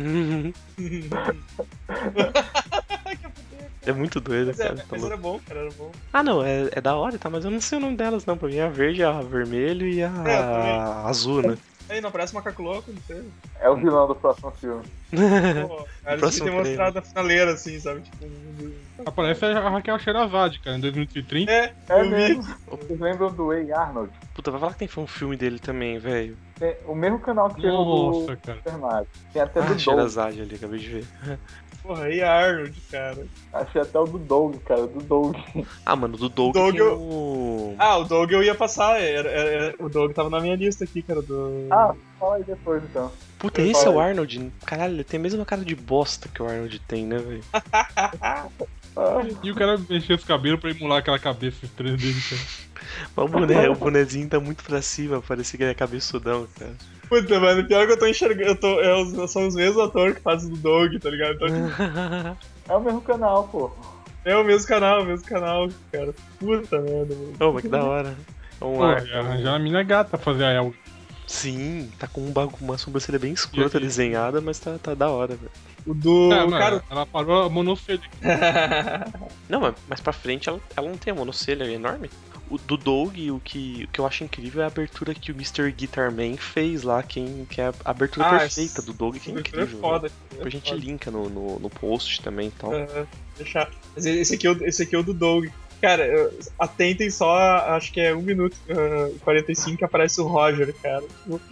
É muito doido, Mas, é, cara. tá mas louco. era bom, cara, era bom. Ah, não, é, é da hora, tá? Mas eu não sei o nome delas, não. Pra mim é a verde, a vermelho e a É, também. azul, né? Aí, não parece macaco louco, não sei. É o vilão do próximo filme. Pô, cara, eles próximo ter mostrado a finaleira, assim, sabe? Tipo, um- Aparece a Raquel Sherazade, cara, em dois minutos e trinta. é, É eu vi. mesmo. Vocês lembram do Way Arnold? Puta, vai falar que tem um filme dele também, velho. Tem o mesmo canal que tem o Nossa, do cara. personagem. Tem até Ah, do Doug. Sherazade ali, acabei de ver. Porra, aí a Arnold, cara. Achei até o do Doug, cara, do Doug. Ah, mano, do Doug, Doug tem eu- o... Ah, o Doug eu ia passar, era, era- era- o Doug tava na minha lista aqui, cara, do... Ah, fala aí depois então. Puta, esse é o Arnold? Caralho, ele tem a mesma cara de bosta que o Arnold tem, né, velho? Ah, E o cara mexeu os cabelos pra emular aquela cabeça estranha dele, cara. Mas o boné, o bonezinho tá muito pra cima, parecia que ele é cabeçudão, cara. Puta, mano, pior que eu tô enxergando, eu tô, é os- são os mesmos atores que fazem do Doug, tá ligado? Então, tipo, é o mesmo canal, pô. é o mesmo canal, o mesmo canal, cara. Puta merda, mano. Ô, mas que da hora. É um Pô, ar. arranjar uma mina gata pra fazer a Elga. Sim, tá com um bagu- uma sobrancelha bem escrota E aí? desenhada, mas tá, tá da hora, velho. O do... É, mano, cara... ela parou a monocelha. Não, mas mais pra frente ela, ela não tem a monocelha enorme. O do Doug, o que, o que eu acho incrível é a abertura que o mister Guitarman fez lá, quem, que é a abertura Ah, perfeita do Doug, que é Esse é incrível. foda. Né? A gente linka no, no, no post também e tal. Aham, deixar. Mas esse aqui, é o, esse aqui é o do Doug. Cara, eu- atentem só, acho que é um minuto e quarenta e cinco que aparece o Roger, cara.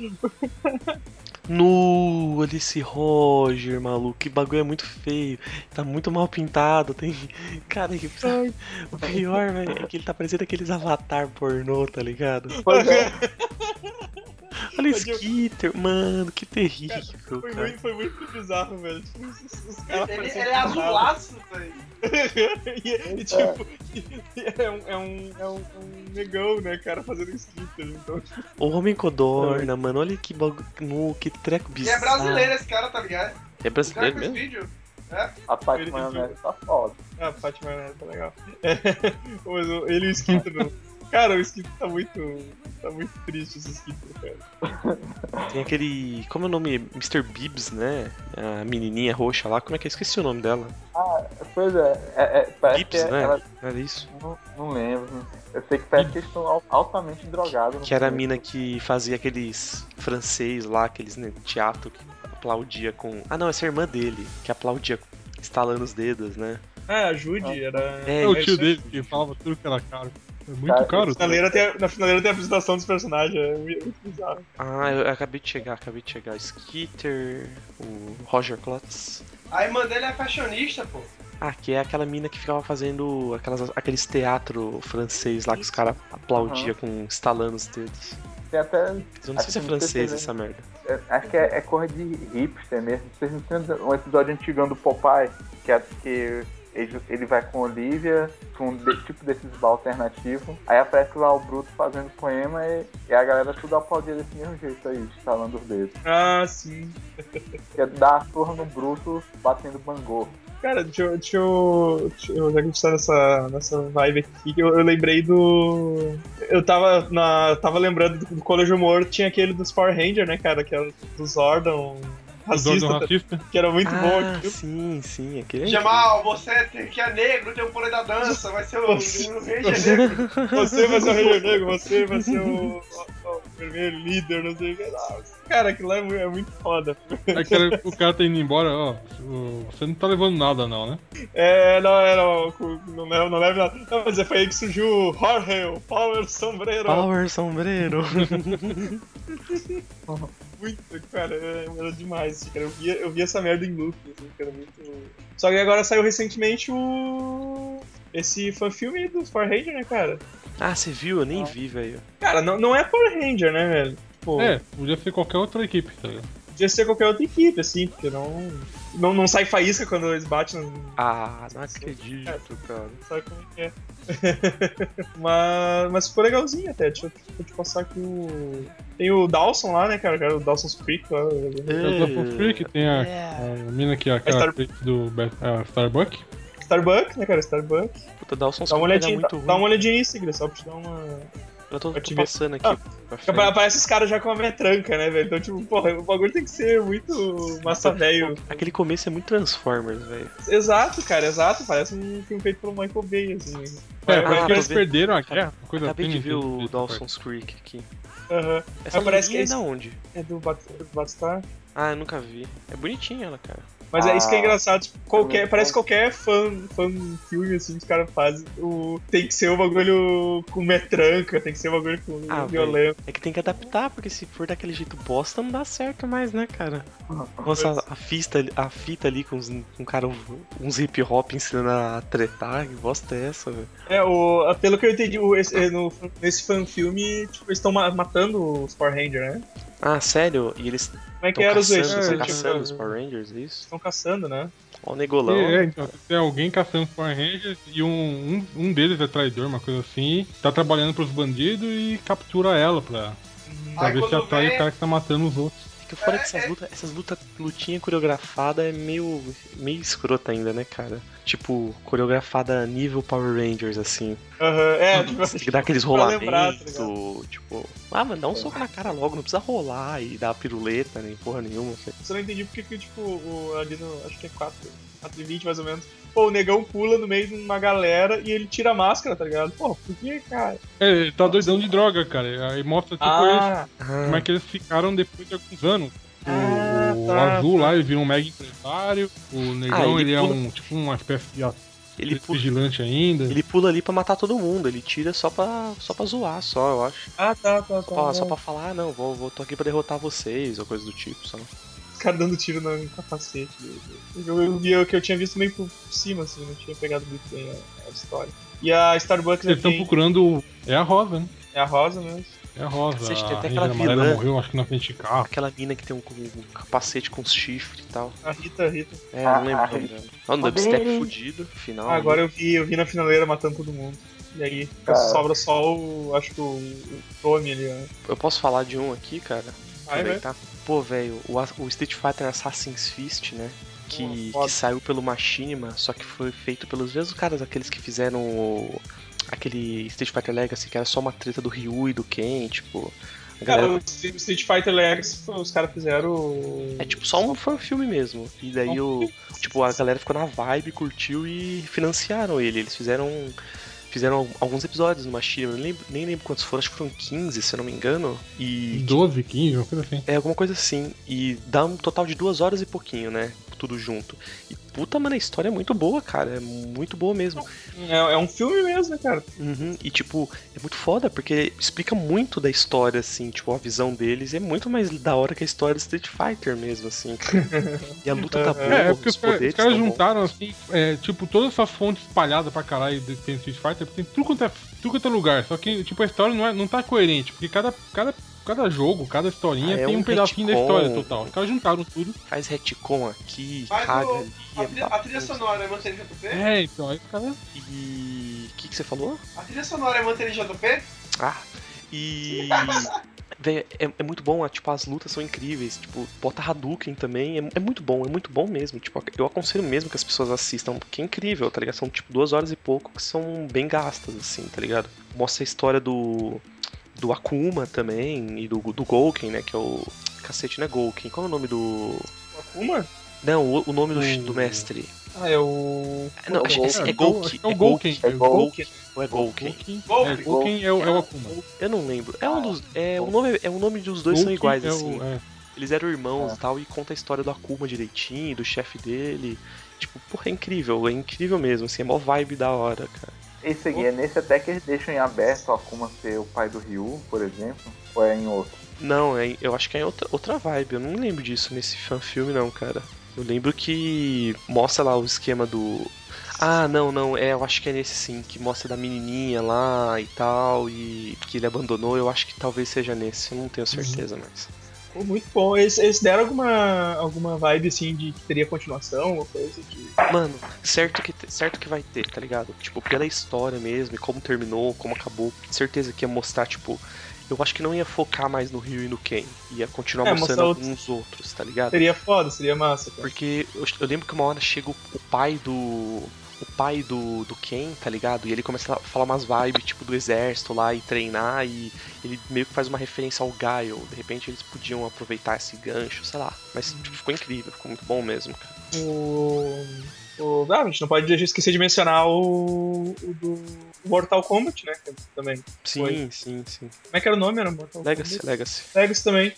No, olha esse Roger, maluco, que bagulho é muito feio. Tá muito mal pintado, tem. Cara, que... o pior, velho, é que ele tá parecendo aqueles avatar pornô, tá ligado? Pois é. Olha o Mas eu- Skitter, mano, que terrível, Foi cara. muito, foi muito bizarro, velho. Tipo, os, os caras Ele, parecem ele é azulaço, velho. e, e, tipo, é um, é, um, é, um, um negão, né, cara, fazendo skitter. Então, tipo, O Homem Codorna, mano, olha que bagulho. No, que treco E bizarro. é brasileiro esse cara, tá ligado? É O cara brasileiro fez mesmo? vídeo. É? A parte Ele- maionese tá foda. ah, Fátima né, tá legal. Mas o- ele e o skitter não. Cara, o skitter tá muito. Tá muito triste esse skitter, cara. Tem aquele. Como é o nome? mister Bibbs, né? A menininha roxa lá, como é que é? Esqueci o nome dela. Pois é, é, é parece Bibbs, que né? ela. Não era isso? Não, não lembro. Eu sei que parece que eles estão al- altamente drogados. no Que era a começo. mina que fazia aqueles francês lá, aqueles né, teatro que aplaudia com. Ah, não, essa é a irmã dele, que aplaudia estalando os dedos, né? Ah, a Judy era. É, É o isso tio aí. dele que falava tudo que era caro. É muito Cara, caro. Na finaleira, tem a, na finaleira tem a apresentação dos personagens, é muito muito bizarro. Ah, eu acabei de chegar, acabei de chegar. Skitter, o Roger Klotz. A irmã dele é fashionista, pô. Ah, que é aquela mina que ficava fazendo aquelas, aqueles teatro francês lá que os caras aplaudiam com estalando os dedos. Tem até. Mas eu não sei se é francês essa merda. é- Acho que é, é cor de hipster mesmo. Vocês não tem um episódio antigão do Popeye, que é que ele, ele vai com Olivia, com um de- tipo desses bar alternativo. Aí aparece lá o Bruto fazendo poema e, e a galera tudo aplaudia desse mesmo jeito aí, estalando os dedos. Ah, sim. Que é dar a surra no Bruto batendo bangô. Cara, deixa eu. Deixa eu, deixa eu já que a gente tá nessa, nessa vibe aqui, eu, eu lembrei do. Eu tava, na, tava lembrando do, do Colégio Humor, tinha aquele dos Power Rangers, né, cara? Que era do Zordon O racista, Zordon racista. que era muito bom Ah, aquilo. sim, sim, aquele é Jamal, você tem- que é negro, tem o poder da dança, vai ser o, o Ranger negro. Você vai ser o Ranger Negro, você vai ser o, o, o vermelho líder, não sei o que. Nossa, cara, aquilo lá é, mu- é muito foda. Aí que era- o cara tá indo embora, ó. o- Você não tá levando nada, não, né? É, não, é, não, não, não, não leva nada. Não, mas foi aí que surgiu o Jorge, o Power Sombreiro. Power Sombreiro. Muito, cara, era era demais, cara. Eu via, eu via essa merda em loop, assim, que era muito. Só que agora saiu recentemente o. Esse fanfilme dos Power Ranger, né, cara? Ah, você viu? Eu nem vi, velho. Cara, não, não é Power Ranger, né, velho? Tipo, É, podia ser qualquer outra equipe, tá ligado? podia ser qualquer outra equipe, assim, porque não. Não, não sai faísca quando eles batem no. Ah, não acredito, cara. Sabe como é que é? mas, mas ficou legalzinho até. Deixa eu, deixa eu te passar aqui o. Tem o Dawson lá, né, cara? cara o Dawson's Creek lá. Tem o Dawson's Creek, tem a, a mina que é aquela Star- atriz do Be- a Starbuck. Starbucks, né, cara? Starbucks. Puta, Dawson's Dá uma Creek era olhadinha, muito dá, ruim. dá uma olhadinha aí, Sigrid, só pra te dar uma. Eu tô, pra tô te ver. passando aqui. Ah, pra Porque frente. Aparece os caras já com a metranca, né, velho? Então, tipo, porra, o bagulho tem que ser muito massa velho. Aquele começo é muito Transformers, velho. Exato, cara, exato. Parece um filme feito pelo Michael Bay, assim. É, Vai- parece ah, que tô eles vendo. perderam a guerra. uma Coisa Acabei assim, de ver não sei o se- Dawson's Creek aqui. Aham. Essa Mas parece que loirinha é é da esse- onde? É do Bat- do Batstar. Ah, eu nunca vi. É bonitinha ela, cara. Mas é isso que é Ah, engraçado, tipo, qualquer, também, parece é. qualquer fã, fã filme assim que os caras fazem. O, tem que ser o bagulho com metranca, tem que ser o bagulho com Ah, violento. É que tem que adaptar, porque se for daquele jeito bosta, não dá certo mais, né, cara? Nossa, a, a, fita, a fita ali com, os, com um cara, uns hip hop ensinando a tretar, que bosta é essa, velho? É, o, pelo que eu entendi, o, esse, é, no, nesse fan filme, tipo, eles estão ma- matando os Power Rangers, né? Ah, sério? E eles Como é que estão era os caçando, eixos? tão Tipo, caçando os Power Rangers, é isso? estão caçando, né? Ó o negolão. É, então, tem alguém caçando os Power Rangers e um, um, um deles é traidor, uma coisa assim, tá trabalhando pros bandidos e captura ela pra, pra Aí ver se quando atrai vê- o cara que tá matando os outros. Que fora É, que essas é. lutas, essas lutas, lutinha coreografada é meio, meio escrota ainda, né, cara? Tipo, coreografada nível Power Rangers, assim. Aham, é, tipo, Tem que dar aqueles pra lembrar, rolamentos, tá ligado? tipo... Ah, mano, dá um soco na cara logo, não precisa rolar e dar piruleta, nem porra nenhuma. Assim. eu só não entendi porque que, tipo, o, ali no, acho que é quatro e vinte mais ou menos, pô, o negão pula no meio de uma galera e ele tira a máscara, tá ligado? Pô, por que, cara? É, ele tá doidão de droga, cara. Aí mostra tipo Ah, eles, como é que eles ficaram depois de alguns anos. O, Ah, o tá, azul tá. lá, ele vira um mega empresário. O negão, Ah, ele ele, é pula- um, tipo, uma espécie de Ele pula, vigilante ainda. ele pula ali pra matar todo mundo, ele tira só pra, só pra zoar, só, eu acho. Ah, tá, tá, tá. Só, pra, é. só pra falar, ah, não, vou, vou, tô aqui pra derrotar vocês, ou coisa do tipo, sabe? Os caras dando tiro no capacete. Eu, eu vi o que eu tinha visto meio por cima, assim, não tinha pegado muito bem a, a história. E a Starbucks Eles estão tem... procurando. É a Rosa, né? É a Rosa mesmo. É a Rosa. Cacete, tem A até Ranger aquela Amarela vilã. morreu, acho que na frente de carro. Aquela mina que tem um, um capacete com os chifres e tal. A Rita, a Rita. É, eu não lembro o nome dela. Ah, um dubstep fudido, final. Ah, agora eu vi, eu vi na finaleira matando todo mundo. E aí Cara. sobra só o. Acho que o, o Tommy ali, ó. Eu posso falar de um aqui, cara? Ai, Aproveitar. Pô, velho, o, o Street Fighter Assassin's Fist, né? Que, Foda. que saiu pelo Machinima, só que foi feito pelos mesmos caras, aqueles que fizeram o, aquele Street Fighter Legacy, que era só uma treta do Ryu e do Ken, tipo. A Cara, galera... o Street Fighter Legacy, os caras fizeram. É tipo só um fan filme mesmo. E daí o. Tipo, a galera ficou na vibe, curtiu e financiaram ele. Eles fizeram. Fizeram alguns episódios no Machinima, nem lembro, nem lembro quantos foram, acho que foram quinze, se eu não me engano. E. doze, quinze, uma coisa assim. É, alguma coisa assim. E dá um total de duas horas e pouquinho, né? Tudo junto. E puta, mano, a história é muito boa, cara. É muito boa mesmo. É, é um filme mesmo, né, cara? Uhum. E, tipo, é muito foda, porque explica muito da história, assim, tipo, a visão deles. É muito mais da hora que a história do Street Fighter mesmo, assim. E a luta tá boa, É, é porque os os caras poderes cara tão bons. juntaram, assim, é, tipo, todas essas fontes espalhadas pra caralho de tem Street Fighter, tem tudo quanto é, tudo quanto é lugar. Só que, tipo, a história não, é, não tá coerente, porque cada, cada, cada jogo, cada historinha Ah, é tem um, um pedacinho da retcon. história total. Os caras juntaram tudo. Faz retcon aqui, Mas caga o, ali. a, é trilha, a trilha bagunça. sonora é manter em J P? É, então, aí os caras. E. O que, que você falou? A trilha sonora é manter em J P? Ah, e. Véi, é, é muito bom, tipo, as lutas são incríveis, tipo, bota Hadouken também, é, é muito bom, é muito bom mesmo, tipo, eu aconselho mesmo que as pessoas assistam, porque é incrível, tá ligado? São, tipo, duas horas e pouco que são bem gastas, assim, tá ligado? Mostra a história do, do Akuma também, e do, do Gouken, né, que é o... Cacete, não é Gouken, qual é o nome do... Akuma? Não, o, o nome do, O- do mestre. Ah, é o. Não, é, acho que é, é É, Gouken, é o é Gouken. Gouken, É Gouken. ou é Gouken? Gouken. Gouken. É, Gouken é, o- é o Akuma. Eu não lembro, é um dos... É, o, nome, é, o nome dos dois são Gouken iguais, é o- assim. é. Eles eram irmãos É. e tal, e conta a história do Akuma direitinho, do chefe dele. Tipo, porra, é incrível, é incrível mesmo, assim, é mó vibe da hora, cara. Esse aqui é nesse até que eles deixam em aberto o Akuma ser o pai do Ryu, por exemplo, ou é em outro? Não, é, eu acho que é outra, outra vibe, eu não lembro disso nesse fanfilme não, cara. Eu lembro que mostra lá o esquema do... Ah, não, não, é, eu acho que é nesse sim, que mostra da menininha lá e tal, e que ele abandonou, eu acho que talvez seja nesse, eu não tenho certeza, mas... Pô, muito bom. Eles, eles deram alguma, alguma vibe assim de que teria continuação, uma coisa de. Mano, certo que, certo que vai ter, tá ligado? Tipo, pela história mesmo, e como terminou, como acabou, certeza que ia mostrar, tipo... Eu acho que não ia focar mais no Ryu e no Ken, ia continuar É, mostrando mostrar alguns outros, tá ligado? Seria foda, seria massa, cara. Porque eu, eu lembro que uma hora chega o, o pai do... O pai do, do Ken, tá ligado? E ele começa a falar umas vibes, tipo, do exército lá e treinar, e ele meio que faz uma referência ao Gaio. De repente eles podiam aproveitar esse gancho, sei lá. Mas tipo, ficou incrível, ficou muito bom mesmo, cara. O. o ah, a gente não pode deixar- esquecer de mencionar o. o do Mortal Kombat, né? que Também. Sim, Foi. sim, sim. Como é que era o nome? Era Mortal Legacy, Kombat? Legacy. Legacy também.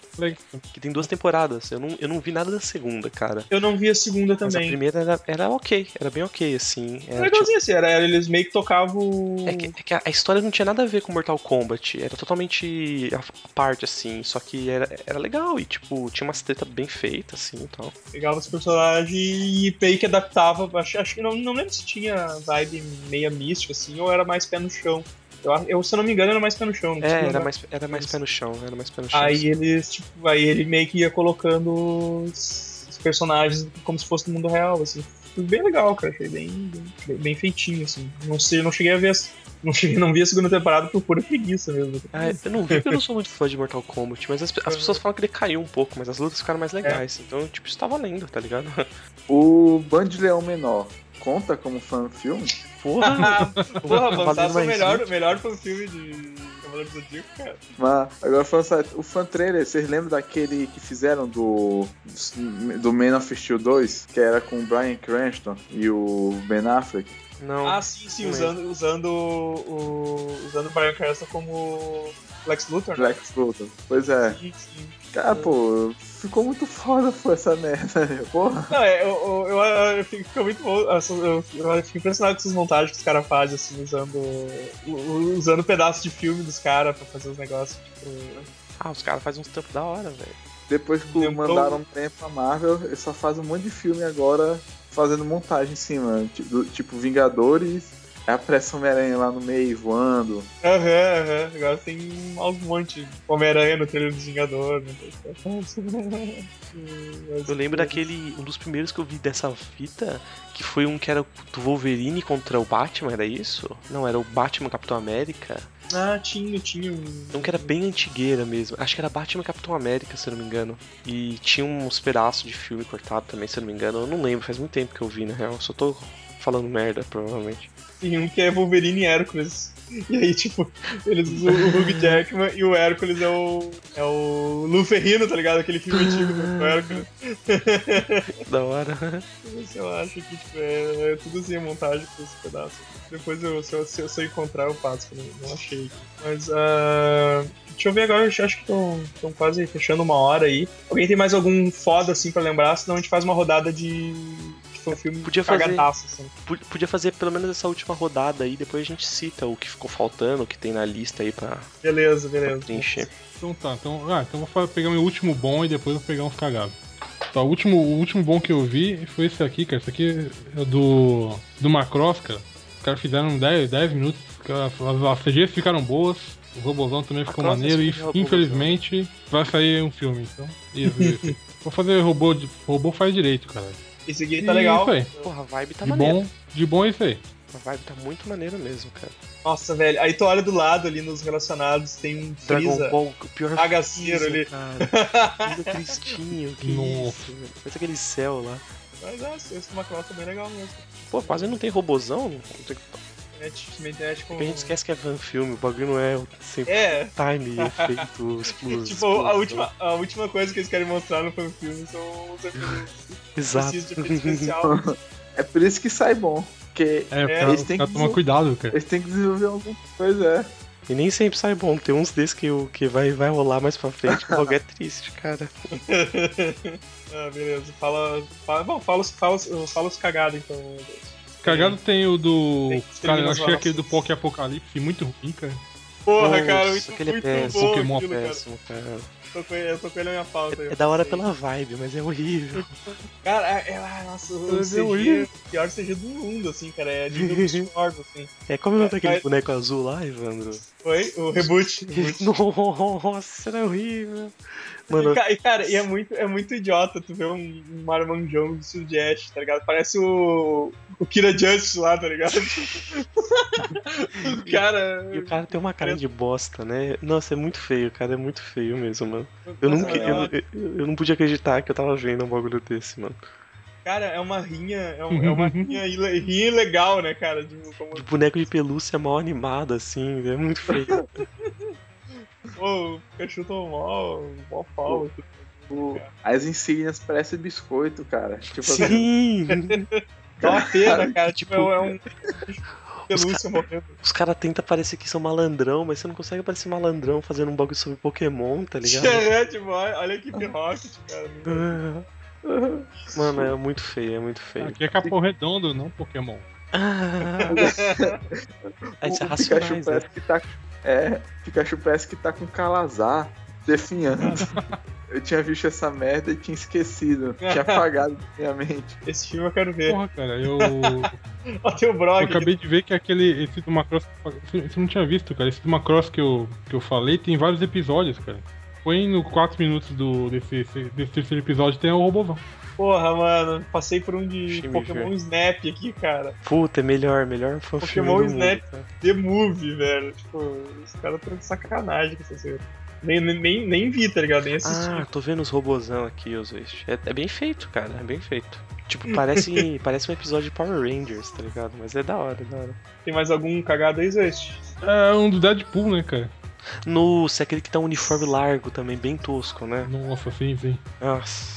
Que tem duas temporadas. Eu não, eu não vi nada da segunda, cara. Eu não vi a segunda Mas a também. primeira era, era ok, era bem ok, assim. Era Era, tipo, legalzinho assim, era, era- eles meio que tocavam. É que, é que a a história não tinha nada a ver com Mortal Kombat, era totalmente a a parte, assim, só que era, era legal e, tipo, tinha umas treta bem feitas, assim, e tal. Pegava os personagens e meio que adaptava. Acho, acho que não, não lembro se tinha vibe meia mística, assim, ou era mais pé no chão. Eu, eu, se eu não me engano, era mais pé no chão. Não consigo É, era lembrar. mais, era mais pé no chão, era mais pé no chão. Aí eles, tipo, aí ele meio que ia colocando os, os personagens como se fosse no mundo real, assim. Foi bem legal, cara. Achei bem, bem, bem feitinho, assim. Não sei, não cheguei a ver. as- Não, cheguei, não vi a segunda temporada por pura preguiça mesmo. Ah, eu não vi porque eu não sou muito fã de Mortal Kombat, mas as, as pessoas falam que ele caiu um pouco, mas as lutas ficaram mais legais, então, tipo, isso tá valendo, tá ligado? O Band de Leão Menor conta como fan-filme? Porra! Porra, avançar Valendo foi o mais melhor, um. melhor foi o filme de Cavaleiro do Zodíaco, cara. Mas, agora falando sério, o fan trailer, vocês lembram daquele que fizeram do do Man of Steel dois? Que era com o Bryan Cranston e o Ben Affleck? Não. Ah, sim, sim, não usando, usando o. Usando o Bryan Cranston como. Lex Luthor? Né? Lex Luthor. Pois é. Sim, sim. Cara, pô, ficou muito foda, pô, essa merda, né? Porra. Não, é, eu, eu, eu, eu fico muito bom. Eu, eu fico impressionado com essas montagens que os caras fazem, assim, usando. Usando pedaços de filme dos caras pra fazer os negócios, tipo. Ah, os caras fazem uns tampos da hora, velho. Depois que Lembrou... mandaram tempo pra Marvel, eles só fazem um monte de filme agora fazendo montagem em cima. Tipo, tipo Vingadores, aparece o Homem-Aranha lá no meio voando. Aham, uhum, aham. Uhum. Agora tem aos monte. Homem-Aranha no trailer dos Vingadores. Né? Eu lembro daquele. Um dos primeiros que eu vi dessa fita, que foi um que era do Wolverine contra o Batman, era isso? Não, era o Batman Capitão América. Ah, tinha, tinha um. Um que era bem antigueira mesmo. Acho que era Batman Capitão América, se eu não me engano. E tinha uns pedaços de filme cortado também, se eu não me engano. Eu não lembro, faz muito tempo que eu vi, na real. Eu só tô falando merda, provavelmente. Tem um que é Wolverine e Hércules. E aí, tipo, eles usam o Hugh Jackman e o Hércules é o. É o Lu Ferrino, tá ligado? Aquele filme antigo do Hércules. Da hora. Eu acho que, tipo, é, é tudo assim a montagem com esse pedaço. Depois, eu, se, eu, se, eu, se eu encontrar, eu faço, que eu não, não achei. Mas, uh, deixa eu ver agora, eu acho que estão quase fechando uma hora aí. Alguém tem mais algum foda, assim, pra lembrar? Senão a gente faz uma rodada de... Um filme podia fazer, cagadaço, assim. Podia fazer pelo menos essa última rodada aí, depois a gente cita o que ficou faltando, o que tem na lista aí pra... Beleza, beleza. Pra preencher. Então tá, então, ah, então vou pegar meu último bom e depois vou pegar uns cagados. Tá, o último, o último bom que eu vi foi esse aqui, cara. Esse aqui é do. do Macross, cara. Os caras fizeram dez, dez minutos, as C Gs ficaram boas, o robôzão também ficou Macross maneiro e é infelizmente vai sair um filme, então. Isso, isso. Vou fazer robô, de, robô faz direito, cara. Esse aqui tá legal. Isso aí. Porra, a vibe tá de maneira. bom, de bom é isso aí. A vibe tá muito maneira mesmo, cara. Nossa, velho. Aí tu olha do lado ali nos relacionados, tem um Dragon Freeza. Ball, o pior bagaceiro ali. Cara. Freeza tristinho, que Nossa. isso, velho. Parece aquele céu lá. Mas é, esse Macross é bem legal mesmo. Pô, quase não tem robozão. Não tem... Internet com... A gente esquece que é fan filme, o bagulho não é sempre é. time, efeito, explosão. Tipo, a última, a última coisa que eles querem mostrar no fanfilme são os efeitos. Exato. De efeito especial. É por isso que sai bom. Porque É, É, pra, eles têm pra que tomar cuidado, cara. eles têm que desenvolver alguma coisa, é. E nem sempre sai bom, tem uns desses que, eu, que vai, vai rolar mais pra frente, que o bagulho é triste, cara. Ah, beleza. Fala. fala bom, fala, os- fala, os- fala os cagados então. Cagado tem o do. Tem- Cara, eu tem achei umas aquele do nossas. Poké Apocalipse muito ruim, cara. Porra, Nossa, cara, muito, aquele é muito péssimo, bom Pokémon aquilo, cara. Péssimo, cara. Tô com ele, eu tô com ele na minha pauta. É, aí. é da hora pela vibe, mas é horrível. Cara, é, é, ah, nossa, o Mas é C G é horrível. o pior C G do mundo, assim, cara. É nível dos Wars, assim. É como é o nome daquele Mas- boneco azul lá, Evandro? Foi o reboot. reboot. Nossa, era horrível. Mano, E, ca- e, cara, e é muito, é muito idiota tu ver um, um marmanjão do estilo de Ash, tá ligado? Parece o, o Kira Justice lá, tá ligado? O cara... e o cara tem uma cara de bosta, né? Nossa, é muito feio, cara, é muito feio mesmo, mano. Eu não, Nossa, eu, é eu, eu não podia acreditar que eu tava vendo um bagulho desse, mano. Cara, é uma rinha, é, um- é uma rinha, ile- rinha ilegal, né, cara? De, como, De boneco de pelúcia mal animado, assim, é muito feio. pô, o Pikachu tomou mó, mó pau. O- as insígnias parecem biscoito, cara. Tipo assim, Sim! Dá uma pena, cara. Tipo, Tipo, é um pelúcia morrendo. Os caras tentam parecer que são malandrão, mas você não consegue parecer malandrão fazendo um bagulho sobre Pokémon, tá ligado? É, tipo, olha olha a equipe Rocket, cara. Mano, é muito feio, é muito feio. Aqui é Capão Redondo, não Pokémon. Ah, aí você é o Pikachu racionais, né? parece que tá. É, Pikachu parece que tá com Calazar definhando. Eu tinha visto essa merda e tinha esquecido. Tinha apagado da minha mente. Esse filme eu quero ver. Porra, cara, eu. Ó, tem o Eu Brock. acabei de ver que aquele. Esse do Macross. Você não tinha visto, cara. Esse do Macross que eu, que eu falei tem vários episódios, cara. Põe no quatro minutos do, desse, desse terceiro episódio tem o Robozão. Porra, mano, passei por um de Deixa eu Pokémon ver. Snap aqui, cara. Puta, é melhor, melhor fanfilme Pokémon do Snap. mundo, cara. The Movie, velho. Tipo, os caras estão de sacanagem com essa cena. Nem, nem, nem vi, tá ligado? Nem assisti. Ah, tô vendo os robozão aqui, os West. É, é bem feito, cara, é bem feito. Tipo, parece, parece um episódio de Power Rangers, tá ligado? Mas é da hora, é da hora. Tem mais algum cagado aí, Zest? É um do Deadpool, né, cara? No, se é aquele que tá um uniforme largo também, bem tosco, né? Nossa, sim, sim. Nossa.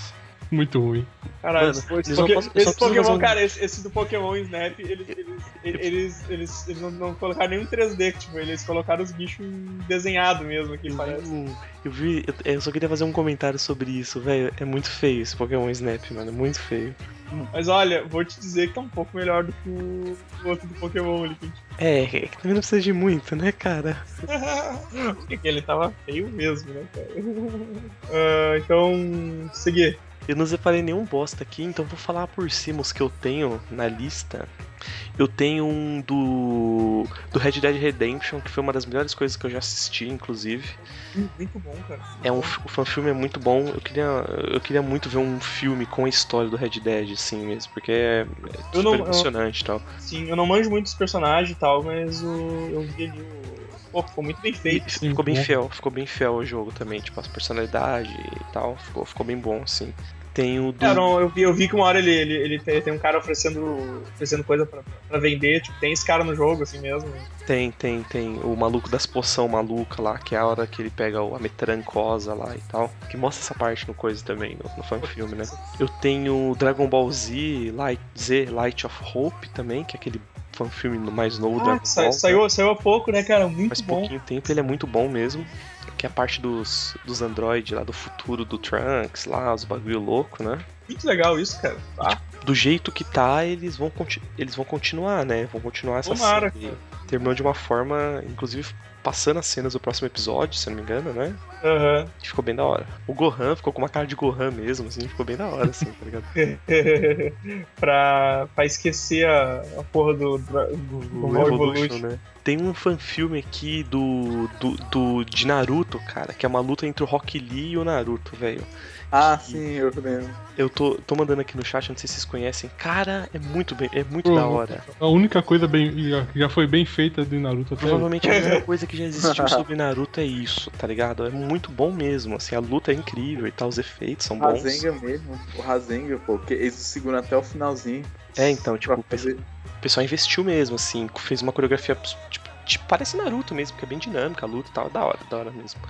Muito ruim. Caralho, Mano, esse, eles Poké- não posso- esse só preciso Pokémon, fazer um- cara, esse, esse do Pokémon Snap, eles, eles, eles, eles, eles, eles não, não colocaram nenhum três D, tipo, eles colocaram os bichos desenhados mesmo aqui, Eu parece. vi, eu vi, eu, eu só queria fazer um comentário sobre isso, velho. É muito feio esse Pokémon Snap, mano. É muito feio. Mas olha, vou te dizer que tá um pouco melhor do que o o outro do Pokémon ali. que a gente- É, é que também não precisa de muito, né, cara? Porque ele tava feio mesmo, né, cara? Ah, então, seguir. Eu não separei nenhum bosta aqui, então vou falar por cima os que eu tenho na lista. Eu tenho um do do Red Dead Redemption, que foi uma das melhores coisas que eu já assisti, inclusive. Muito bom, cara. É um, o fanfilme é muito bom. Eu queria, eu queria muito ver um filme com a história do Red Dead, assim mesmo, porque é, é Eu super não- emocionante e tal. Sim, eu não manjo muito dos personagens e tal, mas o, eu vi ali o. Pô, ficou muito bem E feito. ficou bem bom. fiel, ficou bem fiel ao jogo também, tipo, as personalidades e tal, ficou, ficou bem bom, assim. Tem o do. É, não, eu, vi, eu vi que uma hora ele, ele, ele tem, tem um cara oferecendo, oferecendo coisa pra, pra vender, tipo, tem esse cara no jogo, assim mesmo. Tem, tem, tem o maluco das poção maluca lá, que é a hora que ele pega o- a metrancosa lá e tal. Que mostra essa parte no coisa também, no, no fanfilme, né? Eu tenho Dragon Ball Z, Light, Z, Light of Hope também, que é aquele fanfilme mais novo do Ah, Dragon sa- Ball. saiu, saiu há pouco, né, cara? Faz Muito bom. pouquinho tempo, ele é muito bom mesmo. Que é a parte dos, dos androids lá do futuro do Trunks, lá, os bagulho louco, né? Muito legal isso, cara. Tá? Do jeito que tá, eles vão, conti- eles vão continuar, né? Vão continuar essa Tomara, série. Terminou de uma forma, inclusive, passando as cenas do próximo episódio, se eu não me engano, né? Aham. Que ficou bem da hora. O Gohan ficou com uma cara de Gohan mesmo, assim, ficou bem da hora, assim, tá ligado? pra, pra esquecer a, a porra do, dra- do O Ball Evolution, Evolution. né? Tem um fanfilme aqui do, do, do, de Naruto, cara, que é uma luta entre o Rock Lee e o Naruto, velho. Ah, sim, eu lembro. Eu tô, tô mandando aqui no chat, não sei se vocês conhecem. Cara, é muito bem, é muito Pô, da hora. A única coisa bem, já, já foi bem feita de Naruto até hoje. Provavelmente a única coisa que já existiu sobre Naruto é isso, tá ligado? É muito bom mesmo, assim, a luta é incrível e tal, os efeitos são bons. Rasengan mesmo. O Rasengan, pô, que eles seguram até o finalzinho. É, então, tipo, Pra o pe- fazer- o pessoal investiu mesmo, assim, fez uma coreografia, tipo, tipo, parece Naruto mesmo, porque é bem dinâmica a luta e tal, é da hora, da hora mesmo.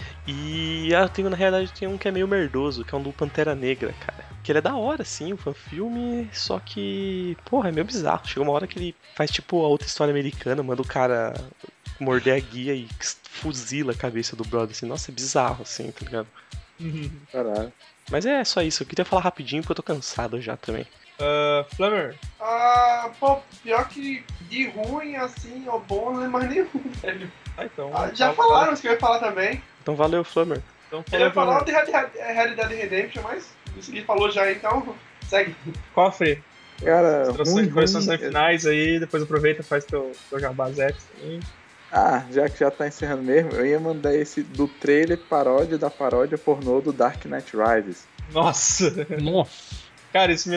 E eu tenho, na realidade, tem um que é meio merdoso, que é um do Pantera Negra, cara. Que ele é da hora, sim, o fanfilme, só que, porra, é meio bizarro. Chega uma hora que ele faz, tipo, a outra história americana, manda o cara morder a guia e fuzila a cabeça do brother, assim. Nossa, é bizarro, assim, tá ligado? Caralho. Mas é só isso, eu queria falar rapidinho porque eu tô cansado já também. Ah, Flammer, Ah, pô, pior que de ruim, assim, ou bom, não é mais nenhum, velho. ah, então. Ah, já fala- falaram os que eu ia falar também. Então valeu, Flammer. Então, Eu ia fala, falar de Red Dead- Red Dead Redemption, mas isso que falou já, então segue. Cofre. Cara, Considerações ruim, considerações ruim. finais aí, depois aproveita e faz teu, teu jabazete também. Ah, já que já tá encerrando mesmo, eu ia mandar esse do trailer paródia da paródia pornô do Dark Knight Rises. Nossa! Nossa. Cara, isso me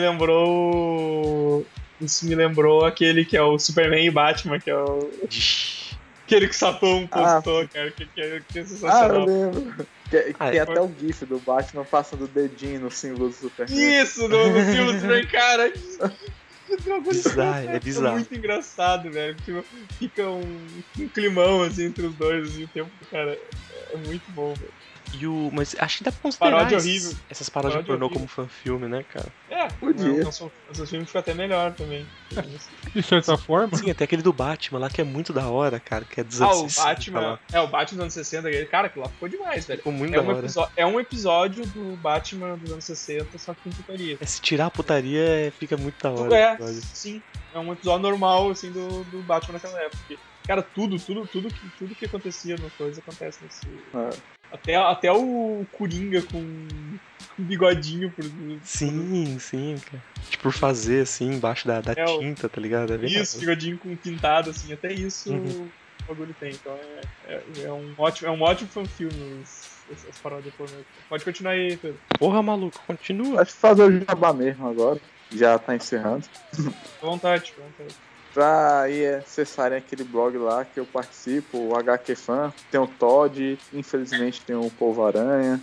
lembrou. Isso me lembrou aquele que é o Superman e Batman, que é o. Aquele que o Sapão postou, cara, que, que, é, que é Ah, eu sensacional. lembro. Que- Ah, tem é. até o gif do Batman passando o dedinho no símbolo do Superman. Isso, no, no filme do Superman, cara. Que bagulho Bizarro, é É bizarro. muito engraçado, velho. Tipo, fica um, um climão assim entre os dois, assim, o tempo, cara. É muito bom, velho. E o... Mas acho que dá pra considerar Paródia esses- horrível. essas paródias Paródia pornô horrível. como fanfilme, né, cara? É, Podia. não, não, esse filme ficou até melhor também. De certa forma, Sim, até aquele do Batman lá que é muito da hora, cara, que é dos Ah, anos o sessenta Batman. lá. É, o Batman dos anos sessenta, aquele cara, que lá ficou demais, velho. Ficou muito É da um, hora. episo- é um episódio do Batman dos anos sessenta, só que com putaria. É, se tirar a putaria, é- fica muito da hora. É, o episódio. sim. É um episódio normal, assim, do, do Batman naquela época. Porque, cara, tudo, tudo, tudo que, tudo que acontecia no coisa acontece nesse. Ah. Até, até o Coringa com, com bigodinho por. Sim, sim, cara. Tipo, por fazer assim, embaixo da, da É, o- tinta, tá ligado? É bem Isso, da hora. bigodinho com pintado, assim, até isso Uhum. o bagulho tem. Então é, é, é um ótimo, é um ótimo fanfilme as, as paródias por noite. Pode continuar aí, Pedro. Porra, maluco, continua. Acho que fazer o jabá mesmo agora. Já tá encerrando. Fica à vontade, fica à vontade. Pra ir acessarem aquele blog lá que eu participo, o H Q Fan, tem o Todd, infelizmente tem o Polvo Aranha.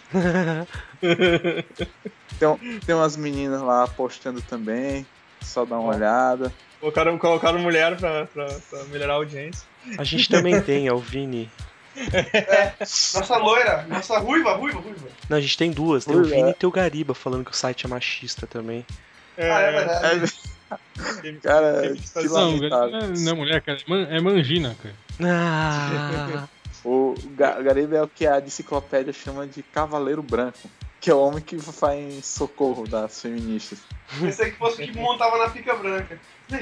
Tem, um- tem umas meninas lá postando também, só dá uma olhada. Colocaram, colocaram mulher pra, pra, pra melhorar a audiência. A gente também tem, é o Vini. É, nossa loira, nossa ruiva, ruiva, ruiva. Não, a gente tem duas. Tem o Ruiva. Vini e tem o Gariba falando que o site é machista também. É, Ah, é verdade. tem- Cara, tem que que fazer- Não, lamentável. não é- não é mulher, cara. É man- é mangina, cara. Ah, O Ga- Gariba é o que a enciclopédia chama de Cavaleiro Branco, que é o homem que faz socorro das feministas. Pensei que fosse o que montava na pica branca.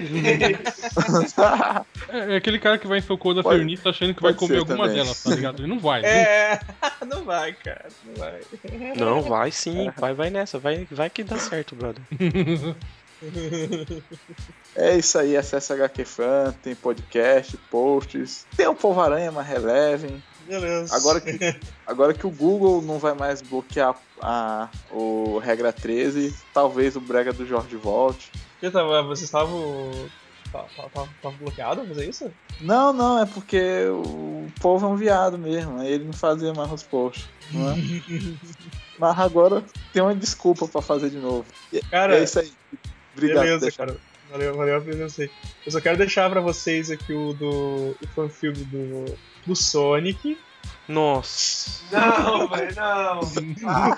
É, é aquele cara que vai em socorro da Pode- feminista achando que vai pode comer ser alguma também. delas, tá ligado? Ele não vai. É, não vai, cara, não vai. não, vai sim. Vai, vai nessa. Vai, vai que dá certo, brother. É isso aí, acesse H Q Fan, tem podcast, posts, tem o Povo Aranha, mas relevem. Beleza. Agora que, agora que o Google não vai mais bloquear a, o regra treze, talvez o brega do Jorge volte. Que tava, vocês estavam. Estavam bloqueados a fazer isso? Não, não, é porque o povo é um viado mesmo, aí ele não fazia mais os posts, não é? Mas agora tem uma desculpa pra fazer de novo. E Cara, é isso aí. Obrigado. beleza, deixa- cara. Valeu, valeu a presença aí. Eu só quero deixar pra vocês aqui o do. O fanfilme do. Do Sonic. Nossa. Não, velho, não. Ah,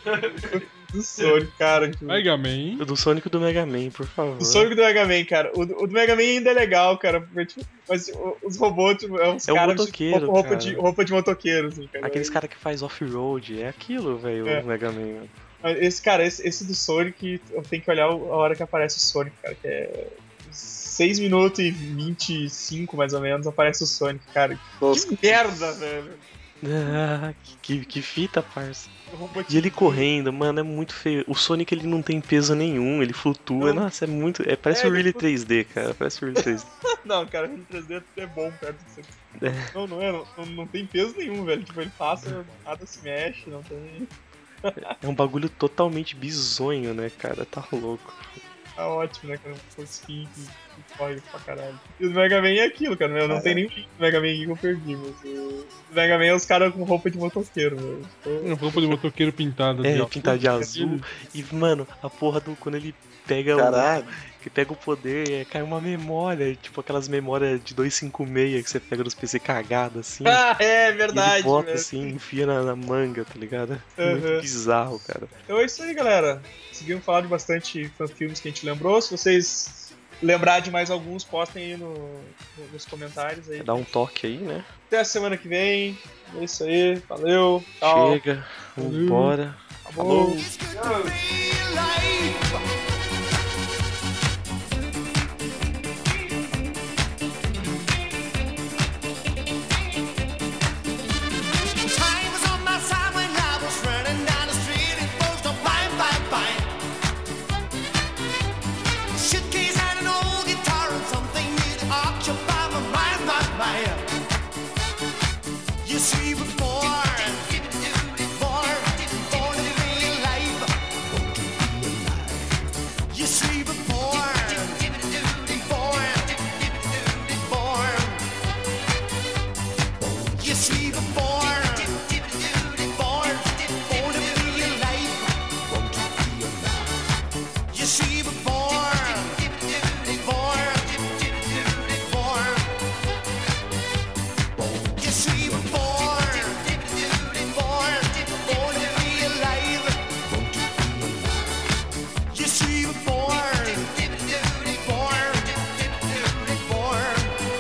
Do Sonic, cara. Que... Mega Man. O do Sonic e do Mega Man, por favor. O Sonic do Mega Man, cara. O, do- o do Mega Man ainda é legal, cara. porque, tipo, mas o- os robôs, tipo, é uns É o caras de motoqueiro, roupa, roupa cara. de, roupa de motoqueiro, assim, cara. Aqueles caras que faz off-road, é aquilo, velho, É. o Mega Man. Mas Esse, cara, esse, esse do Sonic, eu tenho que olhar a hora que aparece o Sonic, cara, que é seis minutos e vinte e cinco, mais ou menos, aparece o Sonic, cara. Tosco. Que merda, velho. Ah, que, que fita, parça. O robô E ele correndo, mano, é muito feio. O Sonic, ele não tem peso nenhum, ele flutua. Não. Nossa, é muito... É, parece É, o ele Really flutua. três D, cara. Parece o Really três D. Não, cara, o três D é bom perto disso aqui. É. Não, não é, não, não, não tem peso nenhum, velho. Tipo, ele passa, nada se mexe, não tem. É um bagulho totalmente bizonho, né, cara? Tá louco. Tá ótimo, né, cara? Um porquinho que, que corre pra caralho. E o Mega Man é aquilo, cara. Né? Não tem nem link do Mega Man aqui que eu perdi, mas o o Mega Man é os caras com roupa de motoqueiro, velho. Tipo, Uma roupa de motoqueiro pintada É, de pintado de azul. E, mano, a porra do... Quando ele pega Caralho. o... Que pega o poder, é, cai uma memória. Tipo aquelas memórias de duzentos e cinquenta e seis que você pega nos P C cagado, assim. Ah, é E verdade, ele bota velho. assim, enfia na, na manga, tá ligado? É muito Uhum. bizarro, cara. Então é isso aí, galera. Conseguimos falar de bastante fanfilmes que a gente lembrou. Se vocês lembrar de mais alguns, postem aí no, no- nos comentários aí. Dá um toque aí, né? Até a semana que vem. É isso aí. Valeu. Tchau. Chega, vambora. Falou. Time was on my side when I was running down the street and folks go bang, bang, bang. Suitcase and an old guitar and something new to occupy my mind, my mind. You see, we're born, born, born to be alive. You see, we're born, born, born. You see, we're born. Born, born to be alive. You see, we're born, born, born. You see, we're born, born, born to be alive. You see, we're born, born, born.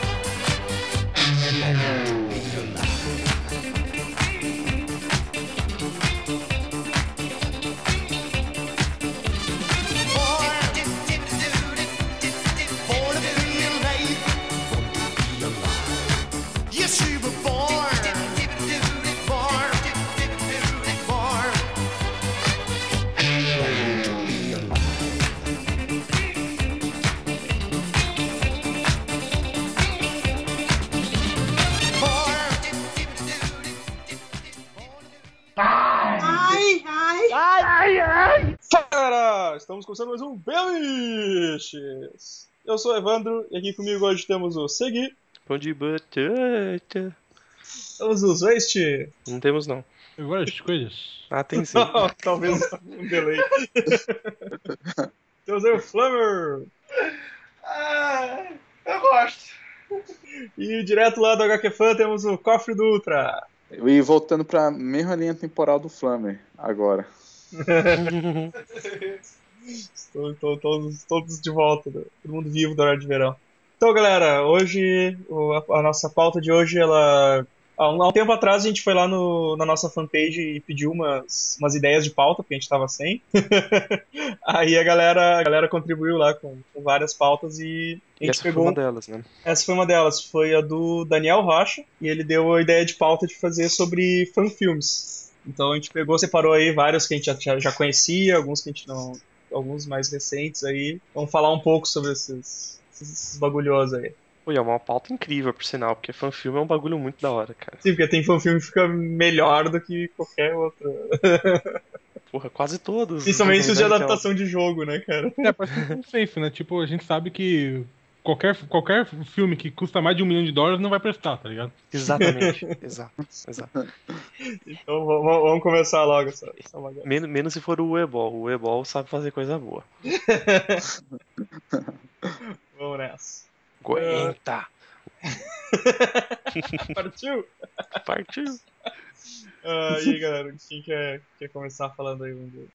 Galera, estamos começando mais um Beliches. Eu sou o Evandro e aqui comigo hoje temos o Segui, Pão de batata. temos o Zwest, Não temos, não. várias coisas. Ah, tem sim. talvez um delay. temos aí o Flammer. Ah, eu gosto. E direto lá do H Q Fan temos o Cofre do Ultra. E voltando pra mesma linha temporal do Flammer, agora. Estou, estou todos, todos de volta, todo mundo vivo da hora de verão. Então, galera, hoje, o- a, a nossa pauta de hoje, ela... Há um, há um tempo atrás a gente foi lá no, na nossa fanpage e pediu umas, umas ideias de pauta, porque a gente tava sem. Aí a galera, a galera contribuiu lá com, com várias pautas e a E gente essa foi pegou... uma delas, né? Essa foi uma delas, foi a do Daniel Rocha, e ele deu a ideia de pauta de fazer sobre fanfilmes. Então a gente pegou, separou aí vários que a gente já, já conhecia, alguns que a gente não... alguns mais recentes aí. Vamos falar um pouco sobre esses, esses bagulhosos aí. Pô, e é uma pauta incrível, por sinal, porque fanfilme é um bagulho muito da hora, cara. Sim, porque tem fanfilme que fica melhor do que qualquer outro. Porra, quase todos. Principalmente os de Né, adaptação de jogo, né, cara? É, parece um safe, né? Tipo, a gente sabe que qualquer, qualquer filme que custa mais de um milhão de dólares não vai prestar, tá ligado? Exatamente, exato, exato. Então v- v- vamos começar logo essa, essa bagaça. Men- menos se for o Ebol. O Ebol sabe fazer coisa boa. Vamos nessa. Aguenta! Partiu? Partiu! Ah, e aí, galera, quem quer, quer começar falando aí? Um do-